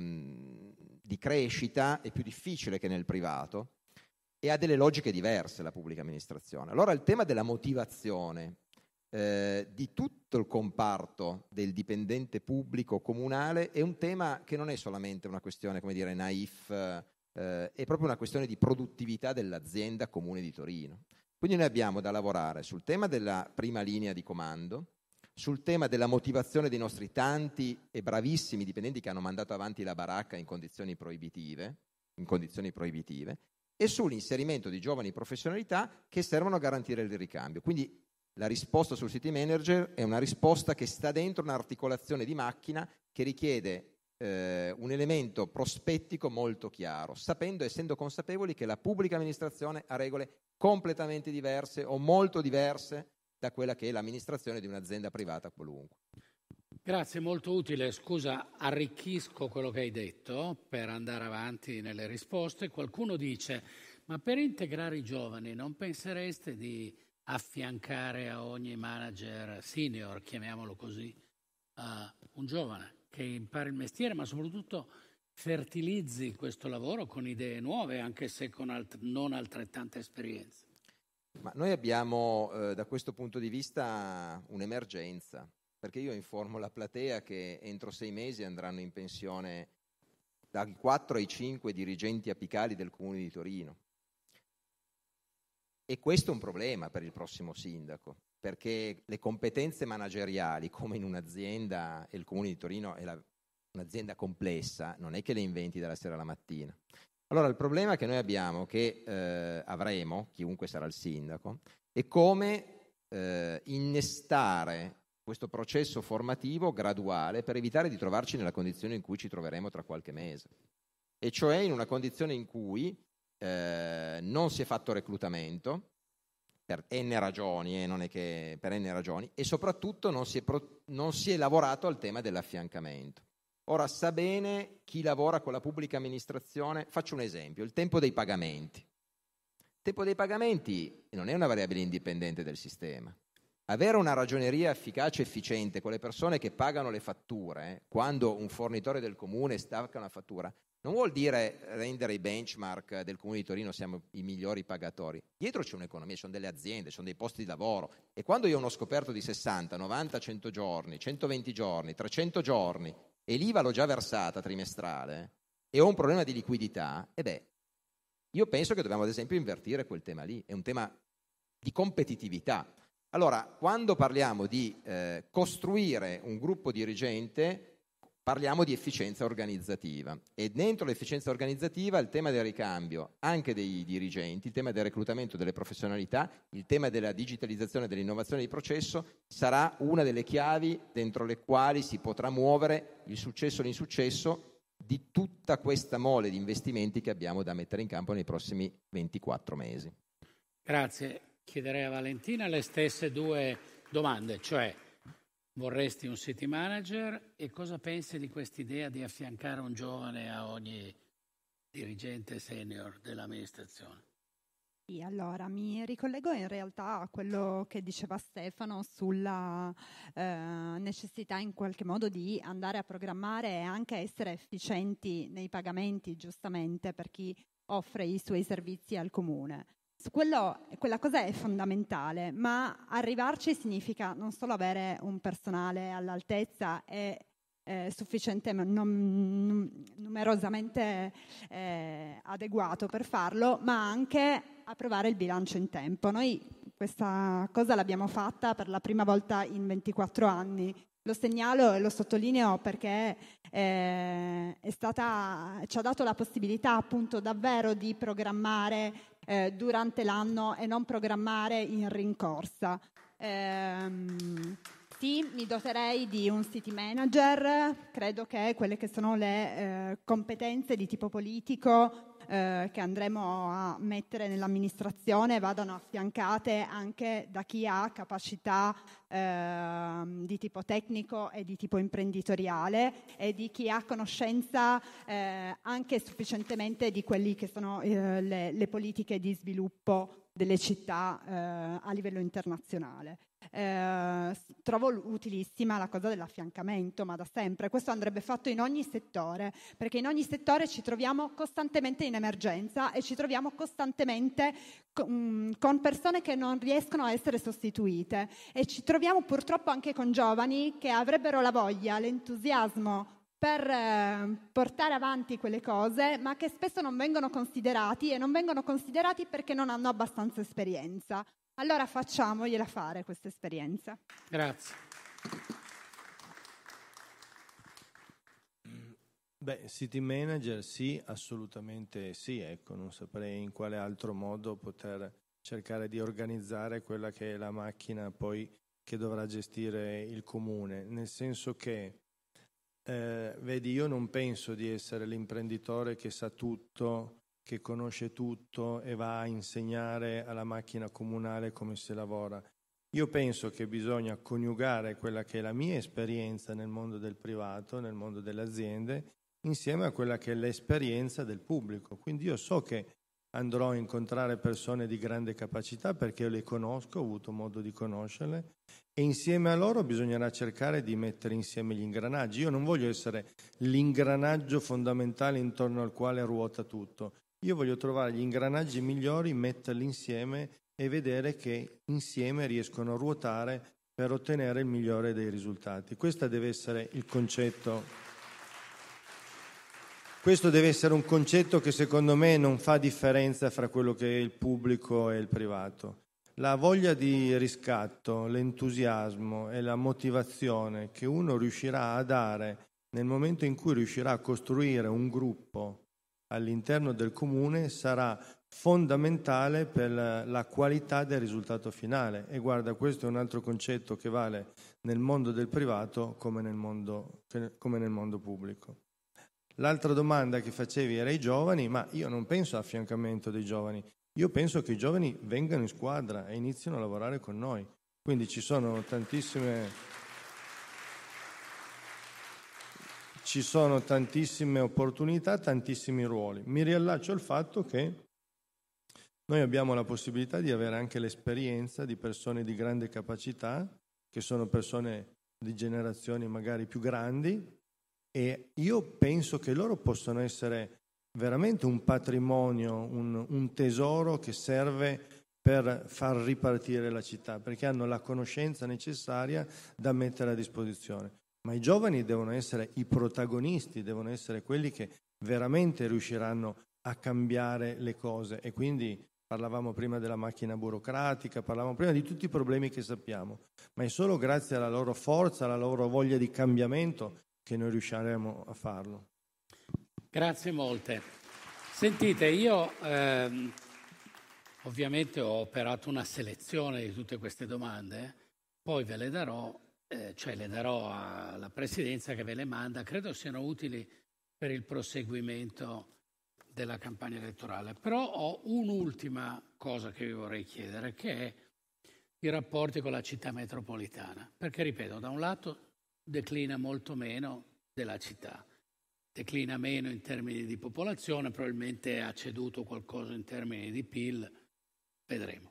di crescita, è più difficile che nel privato, e ha delle logiche diverse la pubblica amministrazione. Allora il tema della motivazione eh, di tutto il comparto del dipendente pubblico comunale è un tema che non è solamente una questione, come dire, naif, eh, è proprio una questione di produttività dell'azienda Comune di Torino. Quindi noi abbiamo da lavorare sul tema della prima linea di comando, sul tema della motivazione dei nostri tanti e bravissimi dipendenti che hanno mandato avanti la baracca in condizioni proibitive, in condizioni proibitive, e sull'inserimento di giovani professionalità che servono a garantire il ricambio. Quindi la risposta sul city manager è una risposta che sta dentro un'articolazione di macchina che richiede eh, un elemento prospettico molto chiaro, sapendo, essendo consapevoli che la pubblica amministrazione ha regole completamente diverse o molto diverse da quella che è l'amministrazione di un'azienda privata qualunque. Grazie, molto utile. Scusa, arricchisco quello che hai detto per andare avanti nelle risposte. Qualcuno dice, ma per integrare i giovani non pensereste di affiancare a ogni manager senior, chiamiamolo così, uh, un giovane che impari il mestiere, ma soprattutto fertilizzi questo lavoro con idee nuove, anche se con alt- non altrettanta esperienza? Ma noi abbiamo eh, da questo punto di vista un'emergenza, perché io informo la platea che entro sei mesi andranno in pensione dai quattro ai cinque dirigenti apicali del Comune di Torino. E questo è un problema per il prossimo sindaco, perché le competenze manageriali, come in un'azienda, e il Comune di Torino è la, un'azienda complessa, non è che le inventi dalla sera alla mattina. Allora il problema che noi abbiamo, che eh, avremo, chiunque sarà il sindaco, è come eh, innestare questo processo formativo graduale per evitare di trovarci nella condizione in cui ci troveremo tra qualche mese, e cioè in una condizione in cui eh, non si è fatto reclutamento per n ragioni, eh, non è che per n ragioni, e soprattutto non si è, pro- non si è lavorato al tema dell'affiancamento. Ora, sa bene chi lavora con la pubblica amministrazione, faccio un esempio, il tempo dei pagamenti. Il tempo dei pagamenti non è una variabile indipendente del sistema. Avere una ragioneria efficace e efficiente con le persone che pagano le fatture, eh, quando un fornitore del comune stacca una fattura, non vuol dire rendere i benchmark del Comune di Torino siamo i migliori pagatori. Dietro c'è un'economia, ci sono delle aziende, ci sono dei posti di lavoro, e quando io ho uno scoperto di sessanta, novanta, cento giorni, centoventi giorni, trecento giorni, e l'I V A l'ho già versata trimestrale e ho un problema di liquidità, e beh, io penso che dobbiamo ad esempio invertire quel tema lì, è un tema di competitività. Allora, quando parliamo di eh, costruire un gruppo dirigente, parliamo di efficienza organizzativa, e dentro l'efficienza organizzativa il tema del ricambio anche dei dirigenti, il tema del reclutamento delle professionalità, il tema della digitalizzazione e dell'innovazione di processo sarà una delle chiavi dentro le quali si potrà muovere il successo e l'insuccesso di tutta questa mole di investimenti che abbiamo da mettere in campo nei prossimi ventiquattro mesi. Grazie. Chiederei a Valentina le stesse due domande, cioè vorresti un city manager e cosa pensi di quest'idea di affiancare un giovane a ogni dirigente senior dell'amministrazione? Sì, allora mi ricollego in realtà a quello che diceva Stefano sulla eh, necessità in qualche modo di andare a programmare e anche essere efficienti nei pagamenti, giustamente, per chi offre i suoi servizi al comune. Su quello, quella cosa è fondamentale, ma arrivarci significa non solo avere un personale all'altezza e eh, sufficiente, non, numerosamente eh, adeguato per farlo, ma anche approvare il bilancio in tempo. Noi questa cosa l'abbiamo fatta per la prima volta in ventiquattro anni. Lo segnalo e lo sottolineo perché eh, è stata, ci ha dato la possibilità appunto davvero di programmare eh, durante l'anno e non programmare in rincorsa. Ehm, sì, mi doterei di un city manager, credo che quelle che sono le eh, competenze di tipo politico eh, che andremo a mettere nell'amministrazione vadano affiancate anche da chi ha capacità eh, di tipo tecnico e di tipo imprenditoriale e di chi ha conoscenza eh, anche sufficientemente di quelli che sono eh, le, le politiche di sviluppo delle città eh, a livello internazionale. Eh, trovo utilissima la cosa dell'affiancamento, ma da sempre questo andrebbe fatto in ogni settore, perché in ogni settore ci troviamo costantemente in emergenza e ci troviamo costantemente con, con persone che non riescono a essere sostituite, e ci troviamo purtroppo anche con giovani che avrebbero la voglia, l'entusiasmo per eh, portare avanti quelle cose, ma che spesso non vengono considerati e non vengono considerati perché non hanno abbastanza esperienza. Allora facciamogliela fare questa esperienza. Grazie. Beh, city manager sì, assolutamente sì, ecco, non saprei in quale altro modo poter cercare di organizzare quella che è la macchina poi che dovrà gestire il comune, nel senso che eh, vedi, io non penso di essere l'imprenditore che sa tutto, che conosce tutto e va a insegnare alla macchina comunale come si lavora. Io penso che bisogna coniugare quella che è la mia esperienza nel mondo del privato, nel mondo delle aziende, insieme a quella che è l'esperienza del pubblico. Quindi io so che andrò a incontrare persone di grande capacità perché io le conosco, ho avuto modo di conoscerle, e insieme a loro bisognerà cercare di mettere insieme gli ingranaggi. Io non voglio essere l'ingranaggio fondamentale intorno al quale ruota tutto. Io voglio trovare gli ingranaggi migliori, metterli insieme e vedere che insieme riescono a ruotare per ottenere il migliore dei risultati. Questo deve essere il concetto. Questo deve essere un concetto che secondo me non fa differenza fra quello che è il pubblico e il privato. La voglia di riscatto, l'entusiasmo e la motivazione che uno riuscirà a dare nel momento in cui riuscirà a costruire un gruppo all'interno del comune sarà fondamentale per la qualità del risultato finale. E guarda, questo è un altro concetto che vale nel mondo del privato come nel mondo, come nel mondo pubblico. L'altra domanda che facevi era i giovani, ma io non penso all'affiancamento dei giovani, io penso che i giovani vengano in squadra e iniziano a lavorare con noi. Quindi ci sono tantissime... Ci sono tantissime opportunità, tantissimi ruoli. Mi riallaccio al fatto che noi abbiamo la possibilità di avere anche l'esperienza di persone di grande capacità, che sono persone di generazioni magari più grandi, e io penso che loro possano essere veramente un patrimonio, un, un tesoro che serve per far ripartire la città, perché hanno la conoscenza necessaria da mettere a disposizione. Ma i giovani devono essere i protagonisti, devono essere quelli che veramente riusciranno a cambiare le cose, e quindi parlavamo prima della macchina burocratica, parlavamo prima di tutti i problemi che sappiamo, ma è solo grazie alla loro forza, alla loro voglia di cambiamento che noi riusciremo a farlo. Grazie molte. Sentite, io ehm, ovviamente ho operato una selezione di tutte queste domande, poi ve le darò, eh, cioè le darò alla Presidenza che ve le manda, credo siano utili per il proseguimento della campagna elettorale. Però ho un'ultima cosa che vi vorrei chiedere, che è i rapporti con la città metropolitana, perché ripeto, da un lato declina molto meno della città, declina meno in termini di popolazione, probabilmente ha ceduto qualcosa in termini di P I L, vedremo.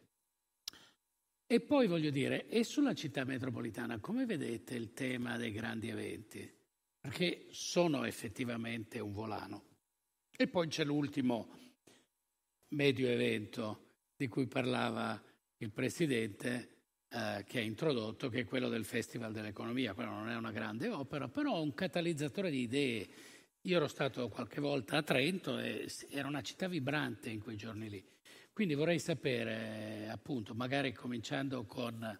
E poi voglio dire, e sulla città metropolitana come vedete il tema dei grandi eventi? Perché sono effettivamente un volano. E poi c'è l'ultimo medio evento di cui parlava il Presidente, eh, che ha introdotto, che è quello del Festival dell'Economia. Quello non è una grande opera, però è un catalizzatore di idee. Io ero stato qualche volta a Trento e era una città vibrante in quei giorni lì. Quindi vorrei sapere, appunto, magari cominciando con,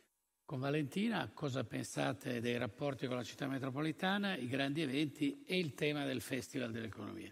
con Valentina, cosa pensate dei rapporti con la città metropolitana, i grandi eventi e il tema del Festival dell'Economia.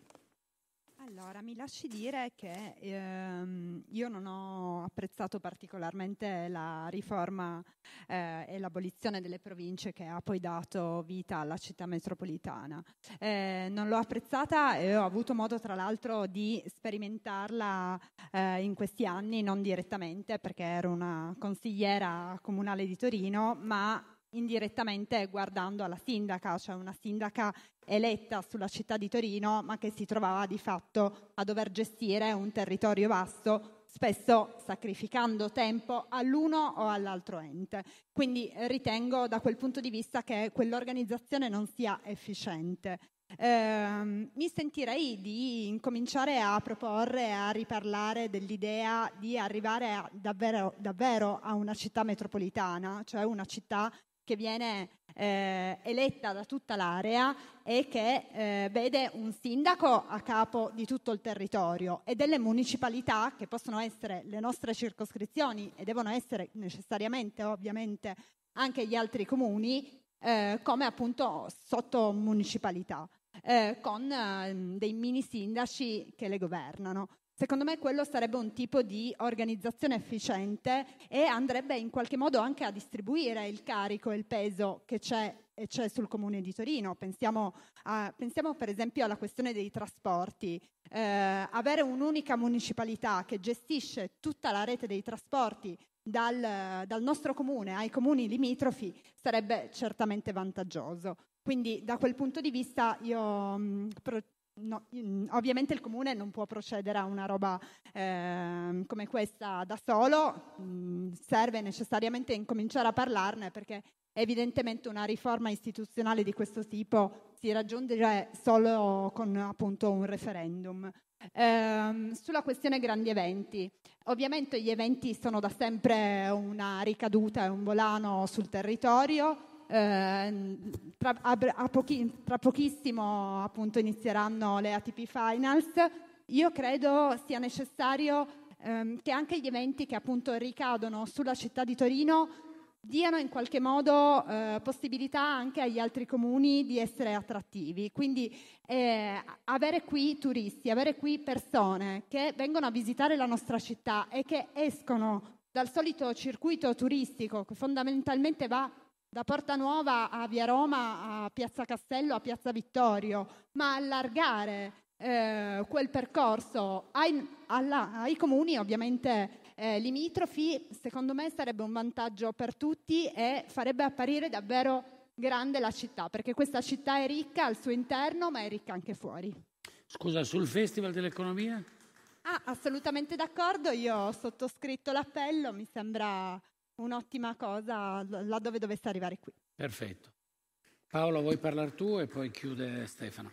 Allora, mi lasci dire che ehm, io non ho apprezzato particolarmente la riforma eh, e l'abolizione delle province che ha poi dato vita alla città metropolitana. Eh, non l'ho apprezzata e ho avuto modo, tra l'altro, di sperimentarla eh, in questi anni, non direttamente perché ero una consigliera comunale di Torino, ma indirettamente guardando alla sindaca, cioè una sindaca eletta sulla città di Torino, ma che si trovava di fatto a dover gestire un territorio vasto, spesso sacrificando tempo all'uno o all'altro ente. Quindi ritengo da quel punto di vista che quell'organizzazione non sia efficiente. Eh, mi sentirei di incominciare a proporre, a riparlare dell'idea di arrivare a davvero, davvero a una città metropolitana, cioè una città che viene eh, eletta da tutta l'area e che eh, vede un sindaco a capo di tutto il territorio e delle municipalità che possono essere le nostre circoscrizioni e devono essere necessariamente, ovviamente, anche gli altri comuni eh, come appunto sottomunicipalità eh, con eh, dei mini sindaci che le governano. Secondo me quello sarebbe un tipo di organizzazione efficiente e andrebbe in qualche modo anche a distribuire il carico e il peso che c'è e c'è sul Comune di Torino. Pensiamo, a, pensiamo per esempio alla questione dei trasporti. Eh, avere un'unica municipalità che gestisce tutta la rete dei trasporti dal, dal nostro comune ai comuni limitrofi sarebbe certamente vantaggioso. Quindi da quel punto di vista io mh, pro, No, ovviamente il comune non può procedere a una roba eh, come questa da solo, mh, serve necessariamente incominciare a parlarne perché evidentemente una riforma istituzionale di questo tipo si raggiunge solo con appunto un referendum. Eh, sulla questione grandi eventi, ovviamente gli eventi sono da sempre una ricaduta e un volano sul territorio. Eh, tra, a, a pochi, tra pochissimo appunto inizieranno le A T P Finals. Io credo sia necessario ehm, che anche gli eventi che appunto ricadono sulla città di Torino diano in qualche modo eh, possibilità anche agli altri comuni di essere attrattivi, quindi eh, avere qui turisti, avere qui persone che vengono a visitare la nostra città e che escono dal solito circuito turistico che fondamentalmente va da Porta Nuova a Via Roma, a Piazza Castello, a Piazza Vittorio, ma allargare eh, quel percorso ai, alla, ai comuni ovviamente eh, limitrofi, secondo me sarebbe un vantaggio per tutti e farebbe apparire davvero grande la città, perché questa città è ricca al suo interno, ma è ricca anche fuori. Scusa, sul Festival dell'Economia? Ah, assolutamente d'accordo, io ho sottoscritto l'appello, mi sembra un'ottima cosa laddove dovesse arrivare qui. Perfetto. Paolo, vuoi parlare tu e poi chiude Stefano?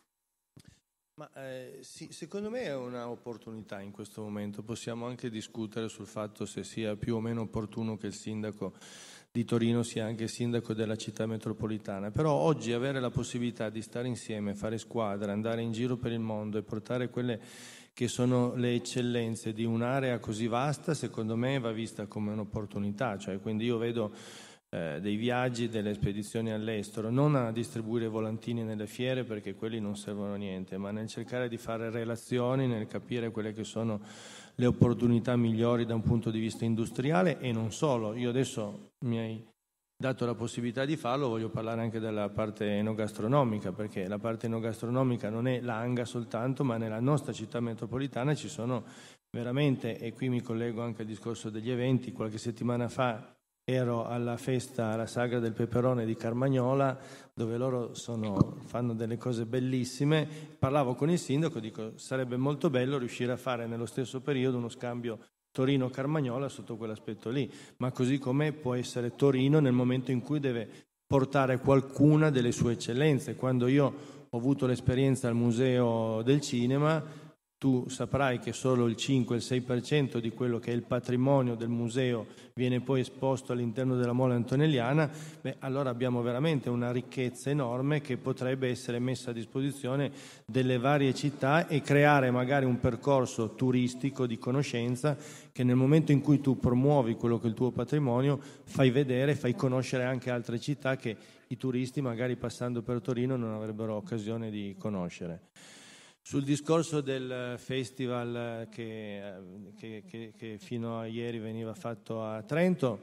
Ma eh, sì, secondo me è un'opportunità in questo momento. Possiamo anche discutere sul fatto se sia più o meno opportuno che il sindaco di Torino sia anche sindaco della città metropolitana. Però oggi avere la possibilità di stare insieme, fare squadra, andare in giro per il mondo e portare quelle che sono le eccellenze di un'area così vasta, secondo me va vista come un'opportunità. Cioè, quindi io vedo eh, dei viaggi, delle spedizioni all'estero, non a distribuire volantini nelle fiere perché quelli non servono a niente, ma nel cercare di fare relazioni, nel capire quelle che sono le opportunità migliori da un punto di vista industriale e non solo. Io adesso mi hai dato la possibilità di farlo, voglio parlare anche della parte enogastronomica, perché la parte enogastronomica non è l'Anga soltanto, ma nella nostra città metropolitana ci sono veramente, e qui mi collego anche al discorso degli eventi, qualche settimana fa ero alla festa, alla sagra del peperone di Carmagnola, dove loro sono, fanno delle cose bellissime. Parlavo con il sindaco, dico sarebbe molto bello riuscire a fare nello stesso periodo uno scambio Torino-Carmagnola sotto quell'aspetto lì, ma così come può essere Torino nel momento in cui deve portare qualcuna delle sue eccellenze. Quando io ho avuto l'esperienza al Museo del Cinema, tu saprai che solo il cinque il sei per cento di quello che è il patrimonio del museo viene poi esposto all'interno della Mole Antonelliana. Beh, allora abbiamo veramente una ricchezza enorme che potrebbe essere messa a disposizione delle varie città e creare magari un percorso turistico di conoscenza che nel momento in cui tu promuovi quello che è il tuo patrimonio fai vedere, fai conoscere anche altre città che i turisti magari passando per Torino non avrebbero occasione di conoscere. Sul discorso del festival che, che, che, che fino a ieri veniva fatto a Trento,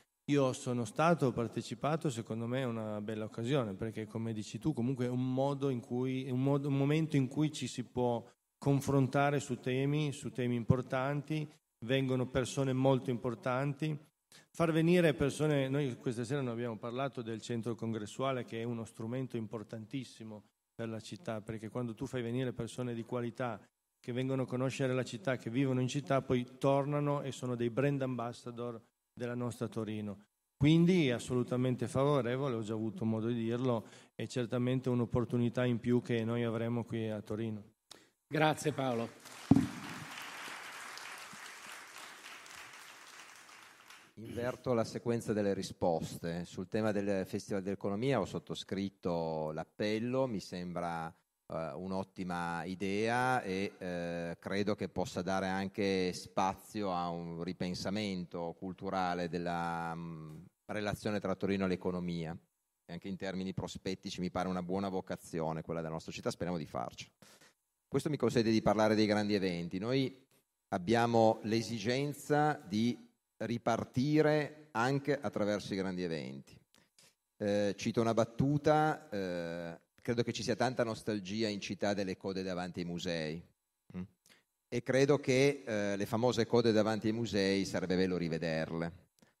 io sono stato, ho partecipato, secondo me è una bella occasione, perché come dici tu comunque è un modo in cui, un, modo, un momento in cui ci si può confrontare su temi, su temi importanti, vengono persone molto importanti, far venire persone, noi questa sera non abbiamo parlato del centro congressuale che è uno strumento importantissimo per la città, perché quando tu fai venire persone di qualità che vengono a conoscere la città, che vivono in città, poi tornano e sono dei brand ambassador della nostra Torino. Quindi assolutamente favorevole, ho già avuto modo di dirlo, è certamente un'opportunità in più che noi avremo qui a Torino. Grazie Paolo. Inverto la sequenza delle risposte. Sul tema del Festival dell'Economia ho sottoscritto l'appello, mi sembra uh, un'ottima idea e uh, credo che possa dare anche spazio a un ripensamento culturale della um, relazione tra Torino e l'economia. E anche in termini prospettici mi pare una buona vocazione quella della nostra città, speriamo di farcela. Questo mi consente di parlare dei grandi eventi. Noi abbiamo l'esigenza di ripartire anche attraverso i grandi eventi. Eh, cito una battuta, eh, credo che ci sia tanta nostalgia in città delle code davanti ai musei mm? e credo che eh, le famose code davanti ai musei sarebbe bello rivederle.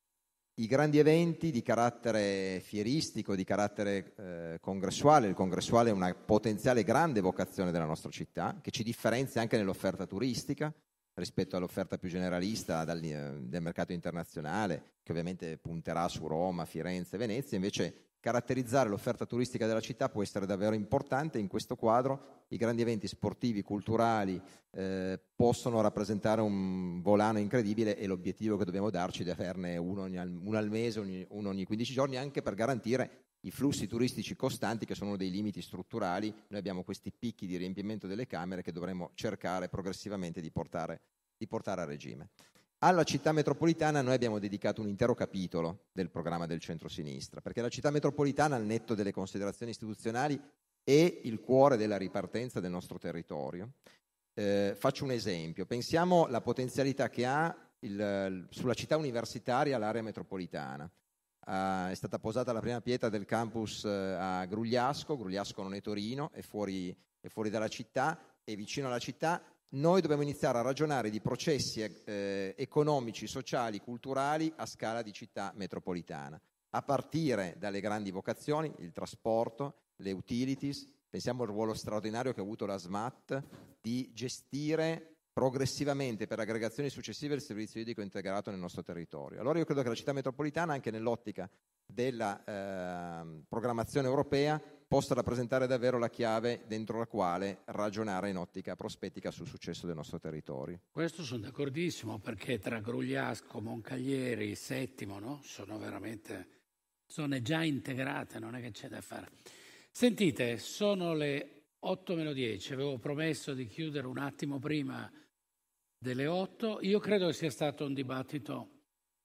I grandi eventi di carattere fieristico, di carattere eh, congressuale, il congressuale è una potenziale grande vocazione della nostra città che ci differenzia anche nell'offerta turistica rispetto all'offerta più generalista dal, del mercato internazionale, che ovviamente punterà su Roma, Firenze, Venezia. Invece caratterizzare l'offerta turistica della città può essere davvero importante. In questo quadro i grandi eventi sportivi, culturali eh, possono rappresentare un volano incredibile e l'obiettivo che dobbiamo darci è di averne uno, ogni, uno al mese, ogni, uno ogni quindici giorni, anche per garantire i flussi turistici costanti che sono uno dei limiti strutturali. Noi abbiamo questi picchi di riempimento delle camere che dovremo cercare progressivamente di portare, di portare a regime. Alla città metropolitana noi abbiamo dedicato un intero capitolo del programma del centro-sinistra, perché la città metropolitana, al netto delle considerazioni istituzionali, è il cuore della ripartenza del nostro territorio. Eh, faccio un esempio, pensiamo alla potenzialità che ha il, sulla città universitaria l'area metropolitana. Uh, è stata posata la prima pietra del campus uh, a Grugliasco. Grugliasco non è Torino, è fuori, è fuori dalla città, è vicino alla città. Noi dobbiamo iniziare a ragionare di processi eh, economici, sociali, culturali a scala di città metropolitana, a partire dalle grandi vocazioni, il trasporto, le utilities. Pensiamo al ruolo straordinario che ha avuto la S M A T di gestire progressivamente per aggregazioni successive il servizio idrico integrato nel nostro territorio. Allora io credo che la città metropolitana, anche nell'ottica della eh, programmazione europea, possa rappresentare davvero la chiave dentro la quale ragionare in ottica prospettica sul successo del nostro territorio. Questo sono d'accordissimo, perché tra Grugliasco, Moncaglieri, Settimo, no? Sono veramente zone già integrate, non è che c'è da fare. Sentite, sono le otto meno dieci, avevo promesso di chiudere un attimo prima delle otto. Io credo che sia stato un dibattito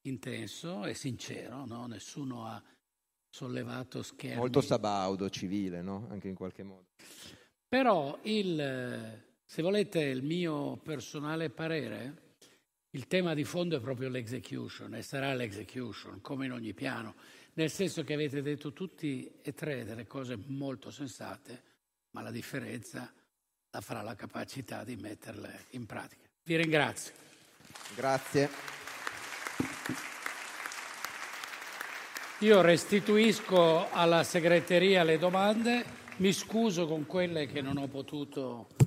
intenso e sincero, no? Nessuno ha sollevato schermi. Molto sabaudo, civile, no? Anche in qualche modo. Però, il, se volete, il mio personale parere, il tema di fondo è proprio l'execution, e sarà l'execution, come in ogni piano, nel senso che avete detto tutti e tre delle cose molto sensate, ma la differenza la farà la capacità di metterle in pratica. Vi ringrazio. Grazie. Io restituisco alla segreteria le domande, mi scuso con quelle che non ho potuto